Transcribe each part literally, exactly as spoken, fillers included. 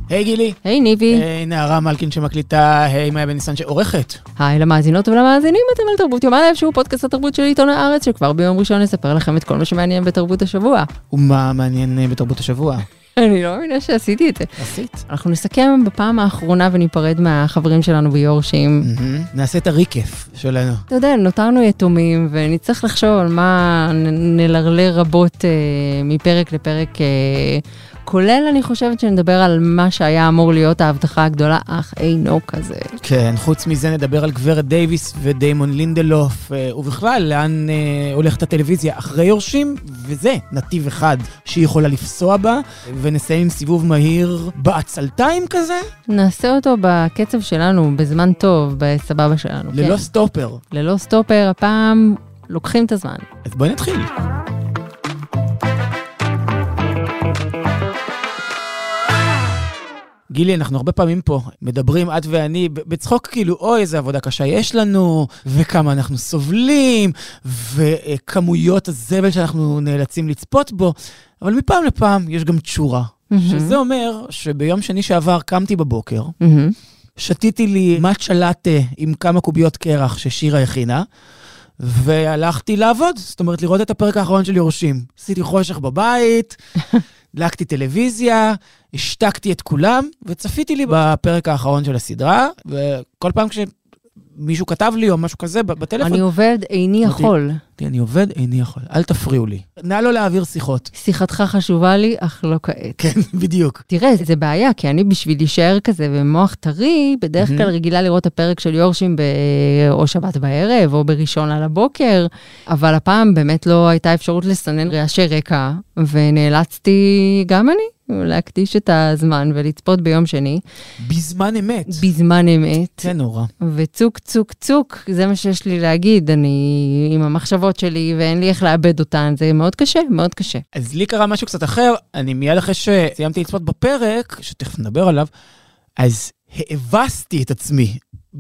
היי גילי. היי ניבי. היי נערה מלכין שמקליטה, היי מאיה בן ניסן שעורכת. היי למאזינות ולמאזינים, אתם על תרבות יום א', שהוא פודקאסט התרבות של עיתון הארץ, שכבר ביום ראשון נספר לכם את כל מה שמעניין בתרבות השבוע. ומה מעניין בתרבות השבוע? אני לא מאמינה שעשיתי את זה. עשית. אנחנו נסכם בפעם האחרונה וניפרד מהחברים שלנו ביורשים. נעשה את הריקף שלנו. אתה יודע, נותרנו יתומים, ונצטרך לחשוב על מה נלרלה רבות מפרק לפרק, כולל אני חושבת שנדבר על מה שהיה אמור להיות ההבטחה הגדולה, אך אינו כזה. כן, חוץ מזה נדבר על גברת דייביס ודיימון לינדלוף, ובכלל, לאן אה, הולכת הטלוויזיה אחרי יורשים, וזה נתיב אחד שהיא יכולה לפסוע בה, ונסיים עם סיבוב מהיר בעצלתיים כזה. נעשה אותו בקצב שלנו, בזמן טוב, בסבבה שלנו. ללא כן. סטופר. ללא סטופר, הפעם לוקחים את הזמן. אז בואי נתחיל. גילי, אנחנו הרבה פעמים פה מדברים, את ואני, בצחוק כאילו, אוי, איזה עבודה קשה יש לנו, וכמה אנחנו סובלים, וכמויות הזבל שאנחנו נאלצים לצפות בו, אבל מפעם לפעם יש גם תשורה, שזה אומר שביום שני שעבר קמתי בבוקר, שתיתי לי מאצ'ה לאטה עם כמה קוביות קרח ששירה הכינה, והלכתי לעבוד, זאת אומרת, לראות את הפרק האחרון של יורשים. עשיתי חושך בבית, דלקתי טלוויזיה, השתקתי את כולם, וצפיתי לי בפרק האחרון של הסדרה, וכל פעם כשמישהו כתב לי או משהו כזה בטלפון... אני עובד, איני יכול. אני עובד, איני יכול. אל תפריעו לי. נא לא להעביר שיחות. שיחתך חשובה לי, אך לא כעת. כן, בדיוק. תראה, זה בעיה, כי אני בשביל להישאר כזה במוח טרי, בדרך כלל רגילה לראות הפרק של יורשים או שבת בערב, או בראשון על הבוקר, אבל הפעם באמת לא הייתה אפשרות לסנן רעשי רקע, ונאלצתי גם אני להקדיש את הזמן ולצפות ביום שני. בזמן אמת. בזמן אמת. זה נורא. וצוק, צוק, צוק, זה מה שיש לי להגיד. אני עם המחשבות שלי, ואין לי איך לאבד אותן. זה מאוד קשה, מאוד קשה. אז לי קרה משהו קצת אחר. אני מיד אחרי שסיימתי לצפות בפרק, שתכף נדבר עליו, אז האבסתי את עצמי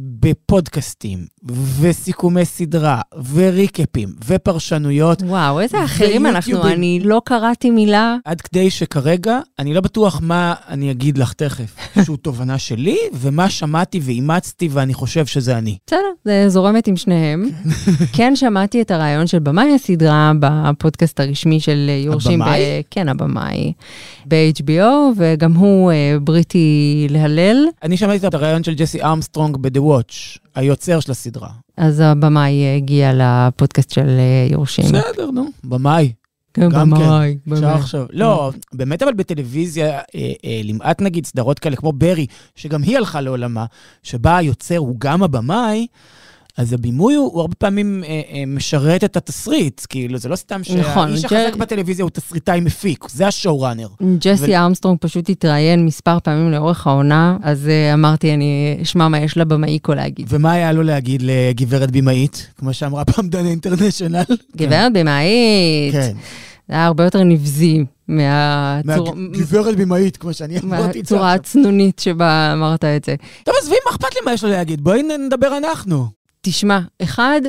בפודקאסטים, וסיכומי סדרה, וריקפים, ופרשנויות. וואו, איזה אחרים אנחנו, אני לא קראתי מילה. עד כדי שכרגע, אני לא בטוח מה אני אגיד לך תכף, שהוא תובנה שלי, ומה שמעתי ואימצתי, ואני חושב שזה אני. בסדר, זה זורמת עם שניהם. כן, שמעתי את הרעיון של במאי הסדרה, בפודקאסט הרשמי של יורשים. הבמאי? כן, הבמאי. ב-אייץ' בי או, וגם הוא בריטי להלל. אני שמעתי את הרעיון של ג'סי ארמסטרונג ב-The Watch, היוצר של הסדרה. אז הבמאי הגיע לפודקאסט של יורשים. בסדר, נו, במאי. גם במאי. אפשר עכשיו. לא, באמת אבל בטלוויזיה, למעט נגיד סדרות כאלה כמו ברי, שגם היא הלכה לעולמה, שבה היוצר הוא גם הבמאי, אז הבימוי הוא, הוא הרבה פעמים אה, אה, משרת את התסריט, כאילו זה לא סתם נכון, שהאיש ג'... החזק בטלוויזיה הוא תסריטאי מפיק, זה השואו-ראנר. ג'סי ו... ארמסטרונג פשוט התראיין מספר פעמים לאורך העונה, אז uh, אמרתי, אני אשמע מה יש לה במאיקו להגיד. ומה היה לו להגיד לגברת בימאית, כמו שאמרה פעם דנה אינטרנשיונל? גברת בימאית. כן. זה היה הרבה יותר נבזי מהצורה... מהגברת בימאית, כמו שאני אמרתי את זה. מהצורה הצנונית שבה אמרת את זה. טוב, אז ואם אכפת לי מה יש לו להגיד, בואי נדבר אנחנו. תשמע, אחד,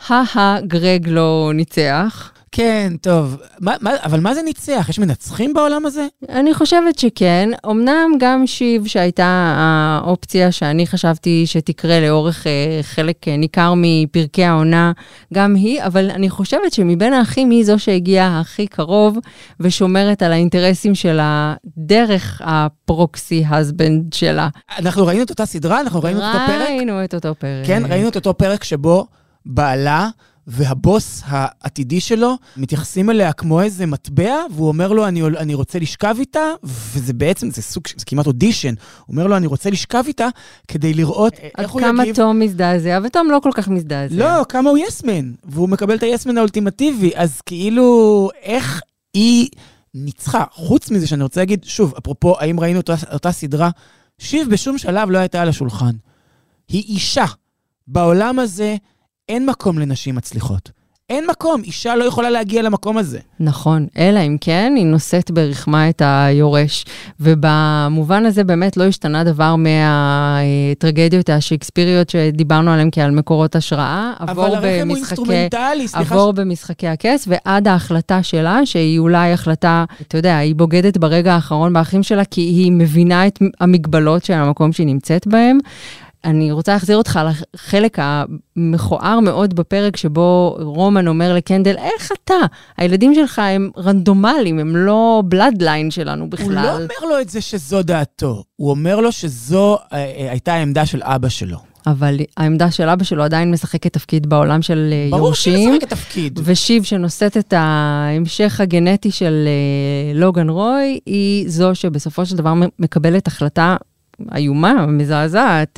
הא גרג לא ניצח. כן, טוב. מה, מה, אבל מה זה ניצח? יש מנצחים בעולם הזה? אני חושבת שכן. אמנם גם שיב שהייתה האופציה שאני חשבתי שתקרה לאורך חלק ניכר מפרקי העונה, גם היא, אבל אני חושבת שמבין האחים היא זו שהגיעה הכי קרוב ושומרת על האינטרסים שלה דרך הפרוקסי הסבנד שלה. אנחנו ראינו את אותה סדרה? אנחנו ראינו את אותו פרק? ראינו את אותו פרק. כן, ראינו את אותו פרק שבו בעלה והבוס העתידי שלו מתייחסים אליה כמו איזה מטבע, והוא אומר לו, אני, אני רוצה לשכב איתה, וזה בעצם, זה סוג, זה כמעט אודישן, הוא אומר לו, אני רוצה לשכב איתה, כדי לראות איך הוא יגיב. כמה תום מזדעזע, ותום לא כל כך מזדעזע. לא, כמה הוא יסמן, והוא מקבל את היסמן האולטימטיבי, אז כאילו, איך היא ניצחה? חוץ מזה שאני רוצה להגיד, שוב, אפרופו, האם ראינו אותה, אותה סדרה, שיב בשום שלב לא הייתה על השולחן. היא אישה. בעולם הזה אין מקום לנשים מצליחות. אין מקום, אישה לא יכולה להגיע למקום הזה. נכון, אלא אם כן, היא נושאת ברחמה את היורש, ובמובן הזה באמת לא השתנה דבר מהטרגדיות השקספיריות שדיברנו עליהן כעל מקורות השראה, אבל הרחם הוא אינסטרומנטלי, סליחה. עבור במשחקי הכס, ועד ההחלטה שלה, שהיא אולי החלטה, אתה יודע, היא בוגדת ברגע האחרון באחים שלה, כי היא מבינה את המגבלות של המקום שהיא נמצאת בהם. אני רוצה להחזיר אותך לחלק המכוער מאוד בפרק שבו רומן אומר לקנדל, איך אתה? הילדים שלך הם רנדומליים, הם לא בלאדליין שלנו בכלל. הוא לא אומר לו את זה שזו דעתו, הוא אומר לו שזו אה, הייתה העמדה של אבא שלו. אבל העמדה של אבא שלו עדיין משחקת תפקיד בעולם של ברור יורשים. ברור שמשחקת תפקיד. ושיב שנושאת את ההמשך הגנטי של לוגן רוי, היא זו שבסופו של דבר מקבלת החלטה איומה, מזעזעת,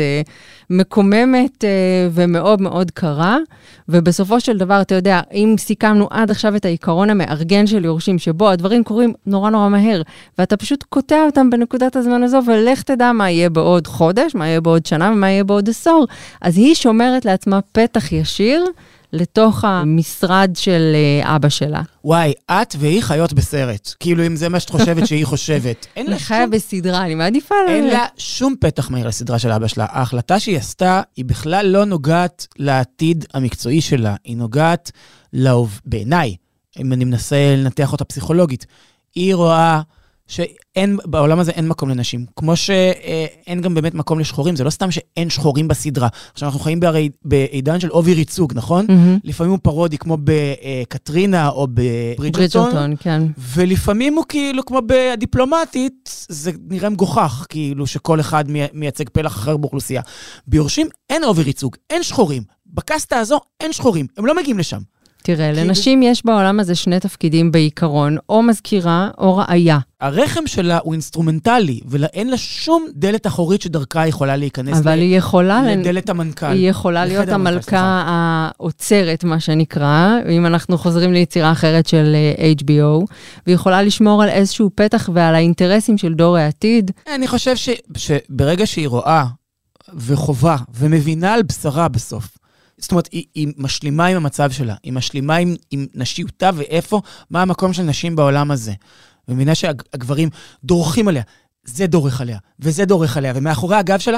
מקוממת ומאוד מאוד קרה, ובסופו של דבר, אתה יודע, אם סיכמנו עד עכשיו את העיקרון המארגן של יורשים, שבו הדברים קורים נורא נורא מהר, ואתה פשוט קוטע אותם בנקודת הזמן הזו, ולך תדע מה יהיה בעוד חודש, מה יהיה בעוד שנה, ומה יהיה בעוד עשור. אז היא שומרת לעצמה פתח ישיר, לתוך המשרד של אבא שלה. וואי, את והיא חיות בסרט. כאילו, אם זה מה שאת חושבת שהיא חושבת. אין לה חיה בסדרה, אני מעדיפה לה. אין לה שום פתח מהיר לסדרה של אבא שלה. ההחלטה שהיא עשתה, היא בכלל לא נוגעת לעתיד המקצועי שלה. היא נוגעת לאוב, בעיניי, אם אני מנסה לנתח אותה פסיכולוגית. היא רואה שאין, בעולם הזה אין מקום לנשים. כמו שאין גם באמת מקום לשחורים, זה לא סתם שאין שחורים בסדרה. עכשיו אנחנו חיים בהרי, בעידן של אובי ריצוג, נכון? Mm-hmm. לפעמים הוא פרודי כמו בקטרינה או בברידג'רטון. כן. ולפעמים הוא כאילו כמו בדיפלומטית, זה נראה מגוחך, כאילו שכל אחד מייצג פלח אחר באוכלוסייה. ביורשים אין אובי ריצוג, אין שחורים. בקסטה הזו אין שחורים, הם לא מגיעים לשם. תראה, לנשים יש בעולם הזה שני תפקידים בעיקרון, או מזכירה או ראיה. הרחם שלה הוא אינסטרומנטלי, ואין לה שום דלת אחורית שדרכה יכולה להיכנס אבל היא יכולה לדלת המנכ"ל. היא יכולה להיות המלכה העוצרת, מה שנקרא, אם אנחנו חוזרים ליצירה אחרת של אייץ' בי או, והיא יכולה לשמור על איזשהו פתח ועל האינטרסים של דור העתיד. אני חושב שברגע שהיא רואה וחובה ומבינה על בשרה בסוף, זאת אומרת, היא, היא משלימה עם המצב שלה, היא משלימה עם, עם נשיותה ואיפה, מה המקום של נשים בעולם הזה. ומבינה שהגברים דורכים עליה, זה דורך עליה, וזה דורך עליה, ומאחורי הגב שלה,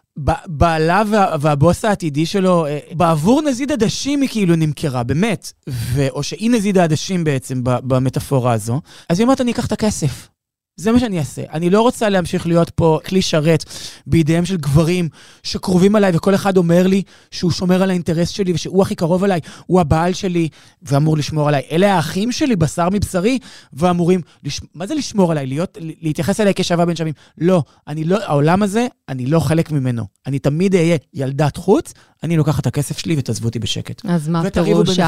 בעלה וה, והבוס העתידי שלו, בעבור נזיד עדשים היא כאילו נמכרה, באמת, ו, או שהיא נזיד העדשים בעצם במטאפורה הזו, אז היא אומרת, אני אקח את הכסף. זה מה שאני אעשה. אני לא רוצה להמשיך להיות פה כלי שרת בידיהם של גברים שקרובים עליי, וכל אחד אומר לי שהוא שומר על האינטרס שלי, ושהוא הכי קרוב עליי, הוא הבעל שלי, ואמור לשמור עליי. אלה האחים שלי, בשר מבשרי, ואמורים, לש... מה זה לשמור עליי? להיות, להתייחס אליי כשווה בין שווים? לא, אני לא, העולם הזה, אני לא חלק ממנו. אני תמיד אהיה ילדת חוץ, אני לוקח את הכסף שלי ותעזבו אותי בשקט. אז מה פירוש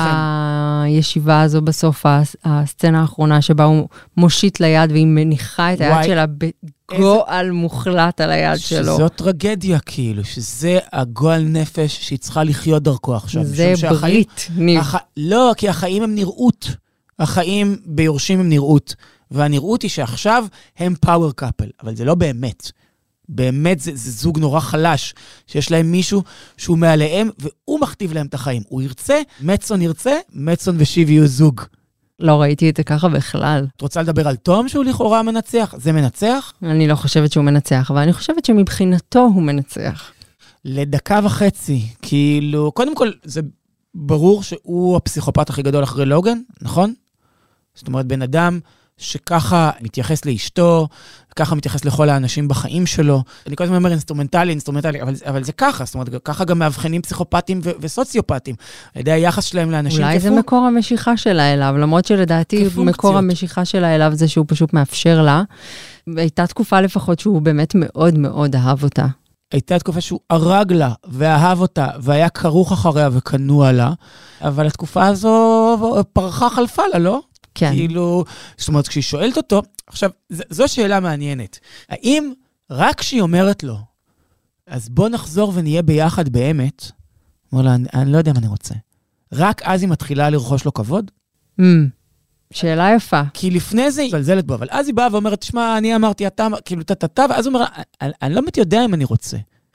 הישיבה הזו בסוף, הסצנה האחרונה שבה הוא מושיט ליד והיא מניחה את היד שלה בגועל מוחלט על היד שלו. שזו טרגדיה כאילו, שזה הגועל נפש שהיא צריכה לחיות דרכו עכשיו. זה ברית. לא, כי החיים הם נראות. החיים ביורשים הם נראות. והנראות היא שעכשיו הם פאוור קאפל, אבל זה לא באמת. באמת זה, זה זוג נורא חלש, שיש להם מישהו שהוא מעליהם, והוא מכתיב להם את החיים. הוא ירצה, מצון ירצה, מצון ושיב יהיו זוג. לא ראיתי את זה ככה בכלל. את רוצה לדבר על תום שהוא לכאורה מנצח? זה מנצח? אני לא חושבת שהוא מנצח, אבל אני חושבת שמבחינתו הוא מנצח. לדקה וחצי, כאילו, קודם כל, זה ברור שהוא הפסיכופת הכי גדול אחרי לוגן, נכון? זאת אומרת, בן אדם שככה מתייחס לאשתו, ככה מתייחס לכל האנשים בחיים שלו. אני כל הזמן אומר אינסטרומנטלי, אינסטרומנטלי, אבל, אבל זה ככה, זאת אומרת, ככה גם מאבחנים פסיכופטים ו- וסוציופטים, על ידי היחס שלהם לאנשים. אולי זה מקור המשיכה שלה אליו, למרות שלדעתי מקור המשיכה שלה אליו זה שהוא פשוט מאפשר לה. הייתה תקופה לפחות שהוא באמת מאוד מאוד אהב אותה. הייתה תקופה שהוא הרג לה ואהב אותה, והיה כרוך אחריה וקנוע לה, אבל התקופה הזו פרחה חלפה לה, לא? כן. כאילו, זאת אומרת, כשהיא שואלת אותו, עכשיו, זו שאלה מעניינת. האם רק כשהיא אומרת לו, אז בוא נחזור ונהיה ביחד באמת, אומר לה, אני, אני לא יודע מה אני רוצה. רק אז היא מתחילה לרחוש לו כבוד? Mm, שאלה יפה. כי לפני זה היא זלזלת בו, אבל אז היא באה ואומרת, תשמע, אני אמרתי, אתה, כאילו, תתתה, ואז הוא אומר, אני, אני לא באמת יודע אם אני רוצה.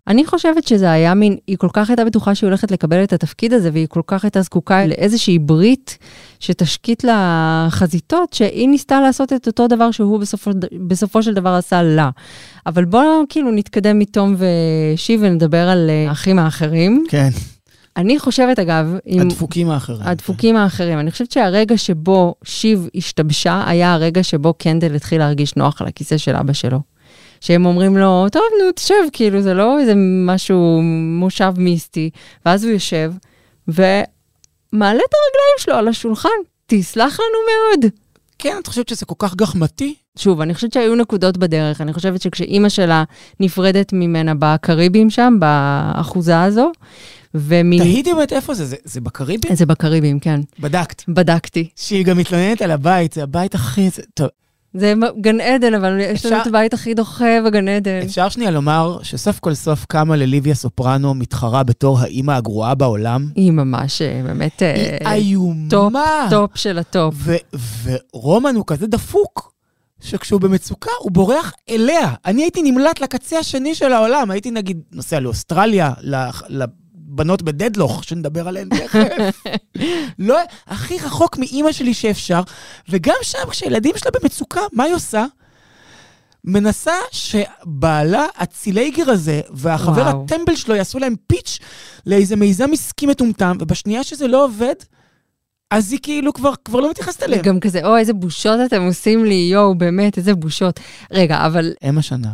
אני חושבת שזה היה מין, היא כל כך הייתה בטוחה שהיא הולכת לקבל את התפקיד הזה, והיא כל כך הייתה זקוקה לאיזושהי ברית שתשקיט לה חזיתות, שהיא ניסתה לעשות את אותו דבר שהוא בסופו, בסופו של דבר עשה לה. אבל בואו כאילו נתקדם מתום ושיב ונדבר על האחים האחרים. כן. אני חושבת אגב... הדפוקים האחרים. הדפוקים האחרים. אני חושבת שהרגע שבו שיב השתבשה, היה הרגע שבו קנדל התחיל להרגיש נוח על הכיסא של אבא שלו. שהם אומרים לו, טוב, נו, תשב, כאילו, זה לא איזה משהו מושב מיסטי. ואז הוא יושב, ומעלה את הרגליים שלו על השולחן. תסלח לנו מאוד. כן, את חושבת שזה כל כך גחמתי? שוב, אני חושבת שהיו נקודות בדרך. אני חושבת שכשאימא שלה נפרדת ממנה בקריבים שם, באחוזה הזו, ומין... תהיתי באמת איפה זה? זה, זה בקריבים? זה בקריבים, כן. בדקת. בדקתי. שהיא גם מתלוננת על הבית, זה הבית הכי... זה... טוב. זה גן עדן, אבל יש לנו את הבית הכי דוחה בגן עדן. אפשר שנייה לומר שסוף כל סוף קמה לליביה סופרנו מתחרה בתור האימא הגרועה בעולם. היא ממש, באמת... היא איומה. טופ, טופ של הטופ. ורומן הוא כזה דפוק, שכשהוא במצוקה הוא בורח אליה. אני הייתי נמלט לקצה השני של העולם, הייתי נגיד נוסע לאוסטרליה, לבנות בדדלוך, שנדבר עליהן תכף. לא, הכי רחוק מאמא שלי שאפשר, וגם שם כשהילדים שלה במצוקה, מה היא עושה? מנסה שבעלה הצילייגר הזה, והחבר וואו. הטמבל שלו יעשו להם פיץ' לאיזה מיזם עסקי מטומטם, ובשנייה שזה לא עובד, אז היא כאילו כבר, כבר לא מתייחסת אליהם. גם כזה, או, איזה בושות אתם עושים לי, יואו, באמת, איזה בושות. רגע, אבל... הם השנה.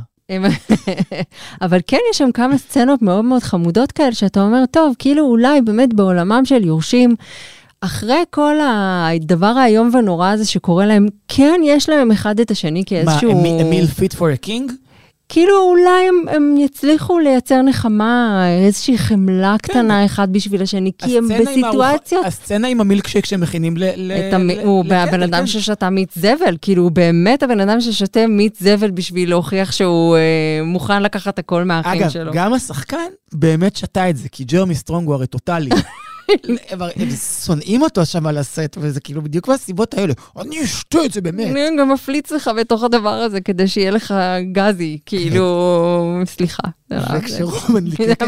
אבל כן, יש שם כמה סצנות מאוד מאוד חמודות כאלה, שאתה אומר, טוב, כאילו אולי באמת בעולמם של יורשים, אחרי כל הדבר האיום ונורא הזה שקורה להם, כן, יש להם אחד את השני כאיזשהו... מה, אמיל פיט פור הקינג? כאילו אולי הם, הם יצליחו לייצר נחמה, איזושהי חמלה כן. קטנה אחד בשביל השני, כי הם בסיטואציות... הסצנה עם המילקשייק שהם מכינים ל... ל... המ... ל... הוא הבן אדם כן. ששתה מיץ זבל, כאילו הוא באמת הבן אדם ששתה מיץ זבל בשביל להוכיח שהוא אה, מוכן לקחת הכל מהאחים אגב, שלו. אגב, גם השחקן באמת שתה את זה, כי ג'רמי סטרונג הוא הרי טוטלי. הם שונאים אותו שם על הסט, וזה כאילו בדיוק מהסיבות האלה. אני אשתה את זה באמת. אני גם מפליץ לך בתוך הדבר הזה, כדי שיהיה לך גזי, כאילו, סליחה. וכשרומן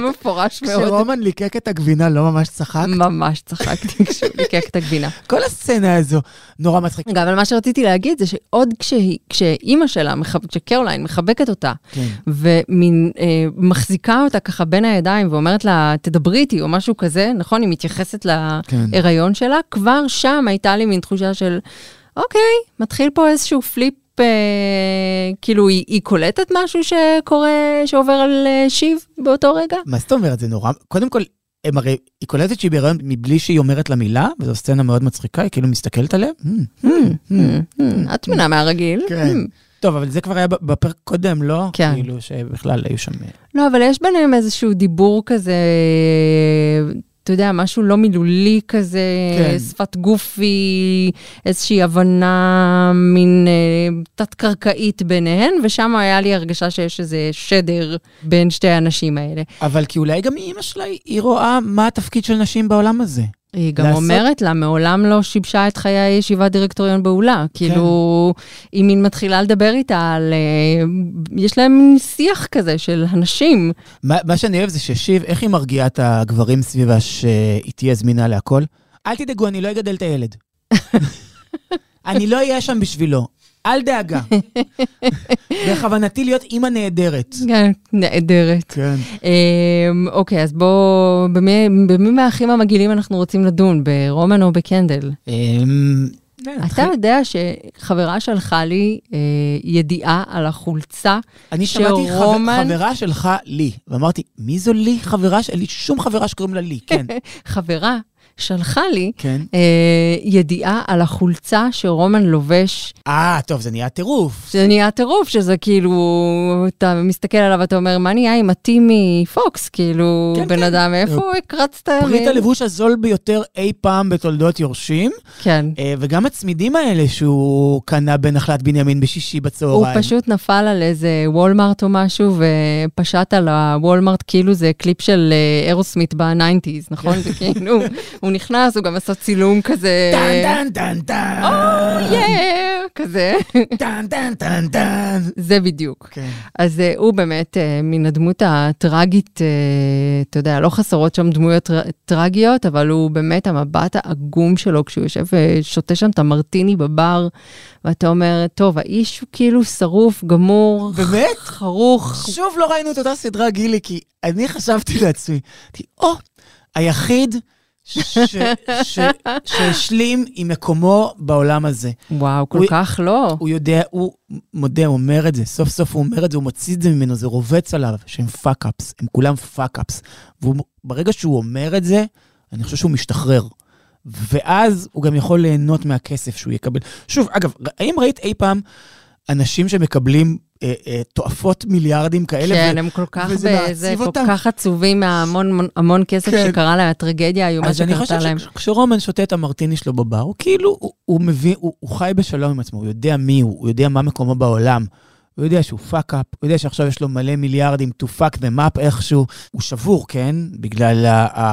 ליקק את הגבינה, לא ממש צחק? ממש צחקתי כשהוא ליקק את הגבינה. כל הסצנה הזו נורא מצחיק. גם, אבל מה שרציתי להגיד זה שעוד כשאימא שלה, כשקרוליין מחבקת אותה, ומחזיקה אותה ככה בין הידיים, ואומרת לה, תדברי איתי, או משהו כזה, נכון? היא מתייחסת להיריון שלה, כבר שם הייתה לי מין תחושה של, אוקיי, מתחיל פה איזשהו פליפ, כאילו היא קולטת משהו שקורה, שעובר על שיב באותו רגע? מה זאת אומרת? זה נורא, קודם כל, הרי היא קולטת שהיא בהיריון מבלי שהיא אומרת לה מילה, וזו סצנה מאוד מצחיקה, היא כאילו מסתכלת עליה. את מנה מהרגיל. כן. טוב, אבל זה כבר היה בפרק קודם, לא? כן. כאילו שבכלל היו שם... לא, אבל יש ביניהם איזשהו דיבור כזה... אתה יודע, משהו לא מילולי כזה, כן. שפת גופי, איזושהי הבנה מין אה, תת-קרקעית ביניהן, ושם היה לי הרגשה שיש איזה שדר בין שתי האנשים האלה. אבל כי אולי גם אמא שלה, היא רואה מה התפקיד של נשים בעולם הזה. היא גם לעשות... אומרת לה, מעולם לא שיבשה את חיי הישיבת דירקטוריון באולה. כן. כאילו, היא מין מתחילה לדבר איתה על... יש להם שיח כזה של הנשים. מה, מה שאני אוהב זה ששיב, איך היא מרגיעה את הגברים סביבה שהיא תהיה זמינה להכל? אל תדאגו, אני לא אגדל את הילד. אני לא אהיה שם בשבילו. אל דאגה. בכוונתי להיות אימא נהדרת. כן, נהדרת. כן. אוקיי, אז בואו, במי מהאחים המגעילים אנחנו רוצים לדון? ברומן או בקנדל? אתה יודע שחברה שלחה לי ידיעה על החולצה אני שמעתי חברה שלך לי, ואמרתי, מי זו לי חברה? אין לי שום חברה שקוראים לה לי, כן. חברה. שלחה לי כן. אה, ידיעה על החולצה שרומן לובש. אה, טוב, זה נהיה טירוף. זה נהיה טירוף, שזה כאילו, אתה מסתכל עליו, אתה אומר, מה נהיה עם הטימי פוקס? כאילו, כן, בן כן. אדם, איפה הקרצת? פריט הלבוש הזול ביותר אי פעם בתולדות יורשים. כן. אה, וגם הצמידים האלה שהוא קנה בנחלת בנימין בשישי בצהריים. הוא פשוט נפל על איזה וולמרט או משהו, ופשט על הוולמרט, כאילו זה קליפ של אירוסמית ב-תשעים, נכון? זה כאילו... הוא נכנס, הוא גם עשה צילום כזה... דן, דן, דן, דן. או, יא! כזה. טן, טן, טן, טן. זה בדיוק. כן. אז uh, הוא באמת uh, מן הדמות הטרגית, uh, אתה יודע, לא חסרות שם דמויות טר... טרגיות, אבל הוא באמת המבט העגום שלו, כשהוא יושב ושותה שם את המרטיני בבר, ואתה אומר, טוב, האיש הוא כאילו שרוף, גמור, באמת? חרוך. שוב לא ראינו את אותה סדרה, גילי, כי אני חשבתי לעצמי, או, היחיד שהשלים עם מקומו בעולם הזה. וואו, כל כך לא. הוא יודע, הוא מודה, הוא אומר את זה, סוף סוף הוא אומר את זה, הוא מוציא את זה ממנו, זה רובץ עליו, שהם פאק-אפס, הם כולם פאק-אפס. וברגע שהוא אומר את זה, אני חושב שהוא משתחרר. ואז הוא גם יכול ליהנות מהכסף שהוא יקבל. שוב, אגב, האם ראית אי פעם אנשים שמקבלים אה, אה, תועפות מיליארדים כאלה? כן, ו- הם כל כך, וזה מעציב כל אותם? כך עצובים מהמון המון כסף כן. שקרה להם, הטרגדיה האיומה שקרתה להם. אז אני חושב שכשרומן שותה את המרטיני שלו בבר, הוא כאילו, הוא, הוא מביא, הוא, הוא חי בשלום עם עצמו, הוא יודע מי הוא, הוא יודע מה מקומו בעולם. הוא יודע שהוא פאק אפ, הוא יודע שעכשיו יש לו מלא מיליארדים to fuck them up איכשהו. הוא שבור, כן? בגלל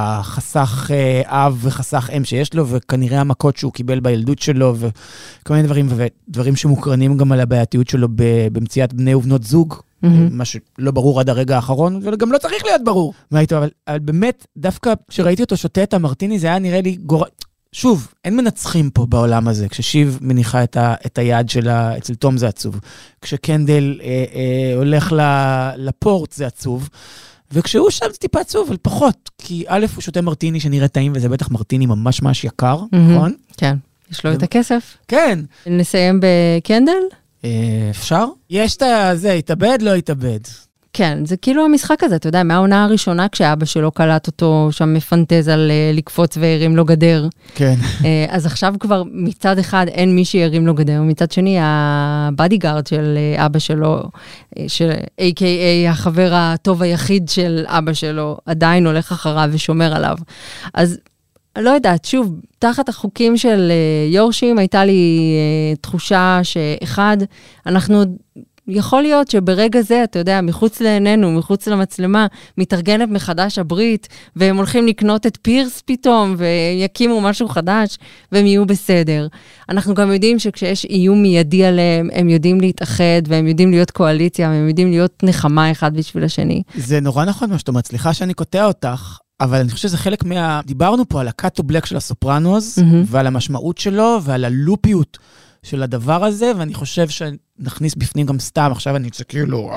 החסך אב וחסך אם שיש לו, וכנראה המכות שהוא קיבל בילדות שלו, וכל מיני דברים, ודברים שמוקרנים גם על הבעייתיות שלו במציאת בני ובנות זוג, mm-hmm. מה שלא ברור עד הרגע האחרון, וגם לא צריך להיות ברור. מה איתו? אבל, אבל באמת, דווקא כשראיתי אותו שותה את המרטיני, זה היה נראה לי גורל... שוב, אין מנצחים פה בעולם הזה, כששיב מניחה את, ה, את היד שלה, אצל תום זה עצוב. כשקנדל אה, אה, הולך לפורט זה עצוב, וכשהוא שם זה טיפה עצוב, אבל פחות, כי א' הוא שותה מרטיני שנראה טעים, וזה בטח מרטיני ממש ממש יקר, mm-hmm. נכון? כן, יש לו את הכסף. כן. נסיים בקנדל? אה, אפשר? יש את זה, התאבד, לא התאבד. כן, זה כאילו המשחק הזה, אתה יודע, מהעונה הראשונה כשאבא שלו קלט אותו שם מפנטז על לקפוץ והרים לו גדר. כן. אז עכשיו כבר מצד אחד אין מי שירים לו גדר, מצד שני הבאדיגארד של אבא שלו, של איי קיי איי החבר הטוב היחיד של אבא שלו, עדיין הולך אחריו ושומר עליו. אז לא יודעת, שוב, תחת החוקים של יורשים הייתה לי תחושה שאחד, אנחנו... יכול להיות שברגע זה, אתה יודע, מחוץ לעינינו, מחוץ למצלמה, מתארגנת מחדש הברית, והם הולכים לקנות את פירס פתאום, ויקימו משהו חדש, והם יהיו בסדר. אנחנו גם יודעים שכשיש איום מיידי עליהם, הם יודעים להתאחד, והם יודעים להיות קואליציה, והם יודעים להיות נחמה אחד בשביל השני. זה נורא נכון מה שאתה אומר, סליחה שאני קוטע אותך, אבל אני חושב שזה חלק מה... דיברנו פה על הקאטו בלק של הסופרנוס, mm-hmm. ועל המשמעות שלו, ועל הלופיות של הדבר הזה, ואני חושב שנכניס בפנים גם סתם, עכשיו אני אצא כאילו...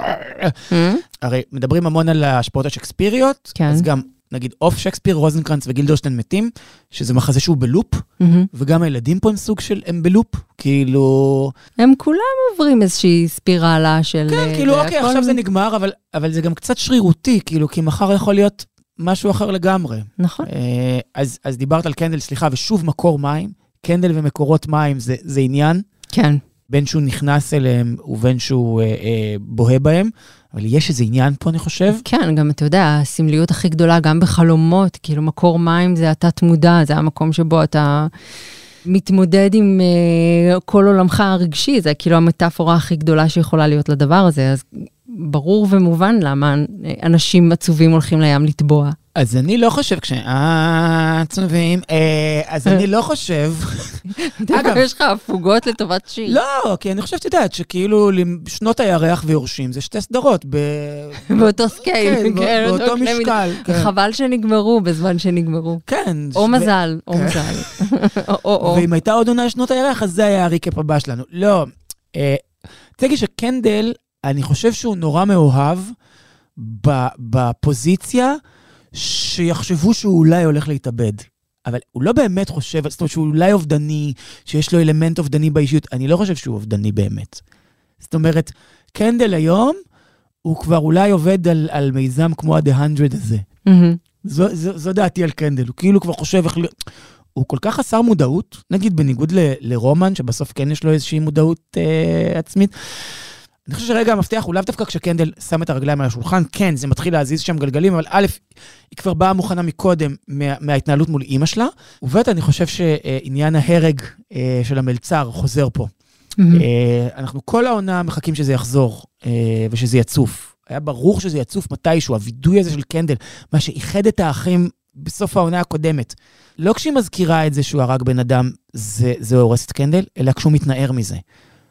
הרי מדברים המון על ההשפעות השקספיריות, אז גם, נגיד, אוף שקספיר, רוזנקרנץ וגילדרשטיין מתים, שזה מחזה שהוא בלופ, וגם הילדים פה הם סוג של, הם בלופ, כאילו... הם כולם עוברים איזושהי ספירלה של... כן, כאילו, אוקיי, עכשיו זה נגמר, אבל זה גם קצת שרירותי, כאילו, כי מחר יכול להיות משהו אחר לגמרי. נכון. אז דיברת על קנדל, סליחה, ושוב מקור מים, קנדל ומקורות מים זה, זה עניין. כן. בין שהוא נכנס אליהם ובין שהוא אה, אה, בוהה בהם, אבל יש איזה עניין פה, אני חושב. כן, גם אתה יודע, הסמליות הכי גדולה, גם בחלומות, כאילו מקור מים זה התת מודע, זה המקום שבו אתה מתמודד עם אה, כל עולמך הרגשי, זה כאילו המטאפורה הכי גדולה שיכולה להיות לדבר הזה, אז ברור ומובן למה אנשים עצובים הולכים לים לטבוע. אז אני לא חושב, כשעצובים, אז אני לא חושב... אגב, יש לך הפוגות לטובת שיר. לא, כי אני חושבת, את יודעת, שכאילו שנות הירח ויורשים, זה שתי סדרות. באותו סקייל. כן, באותו משקל. חבל שנגמרו בזמן שנגמרו. כן. או מזל, או מזל. ואם הייתה עוד עונה שנות הירח, אז זה היה הריקאפ הבא שלנו. לא. תגיד שקנדל, אני חושב שהוא נורא מאוהב בפוזיציה, שיחשבו שהוא אולי הולך להתאבד. אבל הוא לא באמת חושב, זאת אומרת שהוא אולי אובדני, שיש לו אלמנט אובדני באישיות. אני לא חושב שהוא אובדני באמת. זאת אומרת, קנדל היום, הוא כבר אולי עובד על, על מיזם כמו ה-The hundred הזה. Mm-hmm. זו, זו, זו דעתי על קנדל. הוא כאילו כבר חושב איך... הוא כל כך חסר מודעות, נגיד בניגוד ל, לרומן, שבסוף כן יש לו איזושהי מודעות אה, עצמית. אני חושב שרגע המפתח הוא לאו דווקא כשקנדל שם את הרגליים על השולחן, כן, זה מתחיל להזיז שם גלגלים, אבל א', היא כבר באה מוכנה מקודם מה, מההתנהלות מול אמא שלה, ובית אני חושב שעניין ההרג אה, של המלצר חוזר פה. Mm-hmm. אה, אנחנו כל העונה מחכים שזה יחזור, אה, ושזה יצוף. היה ברור שזה יצוף מתישהו, הווידוי הזה של קנדל, מה שאיחד את האחים בסוף העונה הקודמת. לא כשהיא מזכירה את זה שהוא הרג בן אדם, זה, זה הורס את קנדל, אלא כשהוא מתנער מזה.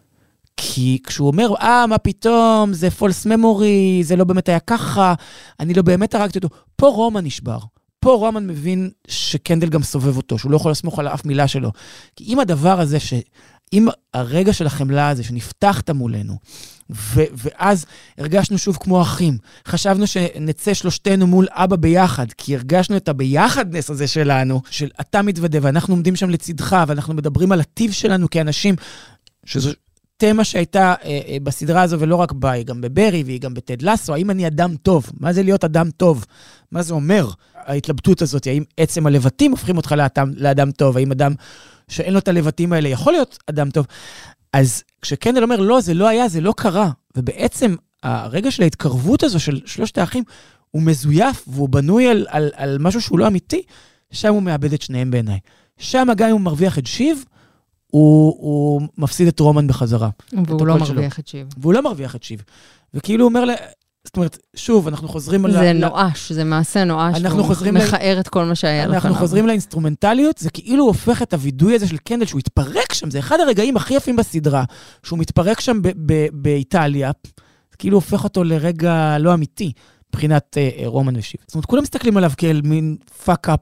כי כשהוא אומר, אה, מה פתאום, זה false memory, זה לא באמת היה ככה, אני לא באמת הרגתי אותו. פה רומן נשבר. פה רומן מבין שקנדל גם סובב אותו, שהוא לא יכול לסמוך על אף מילה שלו. כי אם הדבר הזה, ש... אם הרגע של החמלה הזה, שנפתחת מולנו, ו- ואז הרגשנו שוב כמו אחים, חשבנו שנצא שלושתנו מול אבא ביחד, כי הרגשנו את הביחדנס הזה שלנו, של אתה מתוודה, ואנחנו עומדים שם לצדך, ואנחנו מדברים על הטיב שלנו כאנשים, שזו תמה שהייתה אה, אה, בסדרה הזו, ולא רק בה, היא גם בברי, והיא גם בטד לסו, האם אני אדם טוב? מה זה להיות אדם טוב? מה זה אומר? ההתלבטות הזאת, האם עצם הלבטים הופכים אותך לאדם, לאדם טוב? האם אדם שאין לו את הלבטים האלה יכול להיות אדם טוב? אז כשקנדל אומר, לא, זה לא היה, זה לא קרה. ובעצם הרגע של ההתקרבות הזו של שלושת האחים, הוא מזויף, והוא בנוי על, על, על משהו שהוא לא אמיתי, שם הוא מאבד את שניהם בעיניי. שם גם אם הוא מרוויח את שיב, הוא, הוא מפסיד את רומן בחזרה. והוא לא מרוויח את שיב. והוא לא מרוויח את שיב. וכאילו הוא אומר לה, זאת אומרת, שוב, אנחנו חוזרים... זה נואש, זה מעשה נואש, והוא מכער את כל מה שהיה לפניו. אנחנו חוזרים לאינסטרומנטליות, זה כאילו הופך את הווידוי הזה של קנדל, שהוא התפרק שם, זה אחד הרגעים הכי יפים בסדרה, שהוא מתפרק שם באיטליה, זה כאילו הופך אותו לרגע לא אמיתי, מבחינת רומן ושיב. זאת אומרת, כולם מסתכלים עליו כאל מין פאק-אפ,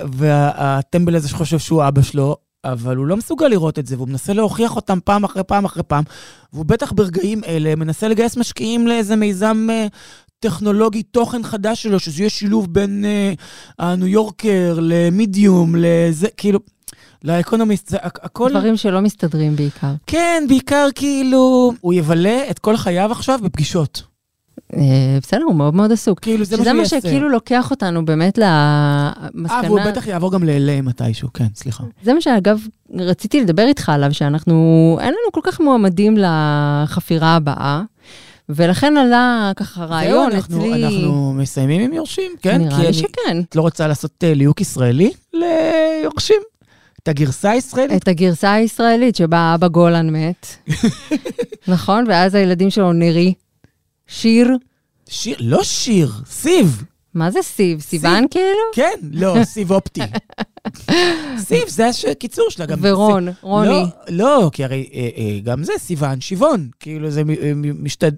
והטמבל הזה שחושב שהוא אבא שלו, אבל הוא לא מסוגל לראות את זה, והוא מנסה להוכיח אותם פעם אחרי פעם אחרי פעם, והוא בטח ברגעים אלה מנסה לגייס משקיעים לאיזה מיזם אה, טכנולוגי, תוכן חדש שלו, שזה יהיה שילוב בין אה, הניו יורקר למידיום, לזה, כאילו, לאקונומיסט, זה הכל... דברים שלא מסתדרים בעיקר. כן, בעיקר כאילו, הוא יבלה את כל חייו עכשיו בפגישות. בסדר, הוא מאוד מאוד עסוק. כאילו, זה שזה מה שכאילו לוקח אותנו באמת למסקנה... אה, והוא בטח יעבור גם ל-אל איי מתישהו, כן, סליחה. זה מה שאגב, רציתי לדבר איתך עליו, שאנחנו, אין לנו כל כך מועמדים לחפירה הבאה, ולכן עלה ככה רעיון אצלי... אנחנו מסיימים עם יורשים, כן? נראה לי שכן. את לא רוצה לעשות ליהוק ישראלי ליורשים? את הגרסה הישראלית? את הגרסה הישראלית, שבה אבא גולן מת. נכון? ואז הילדים שלו נרי. שיר? שיר, לא שיר, סיב. מה זה סיב? סיוון כאילו? כן, לא, סיב אופטי. סיב, זה הקיצור שלה. ורון, רוני. לא, כי הרי גם זה סיוון, שיוון. כאילו זה משתד...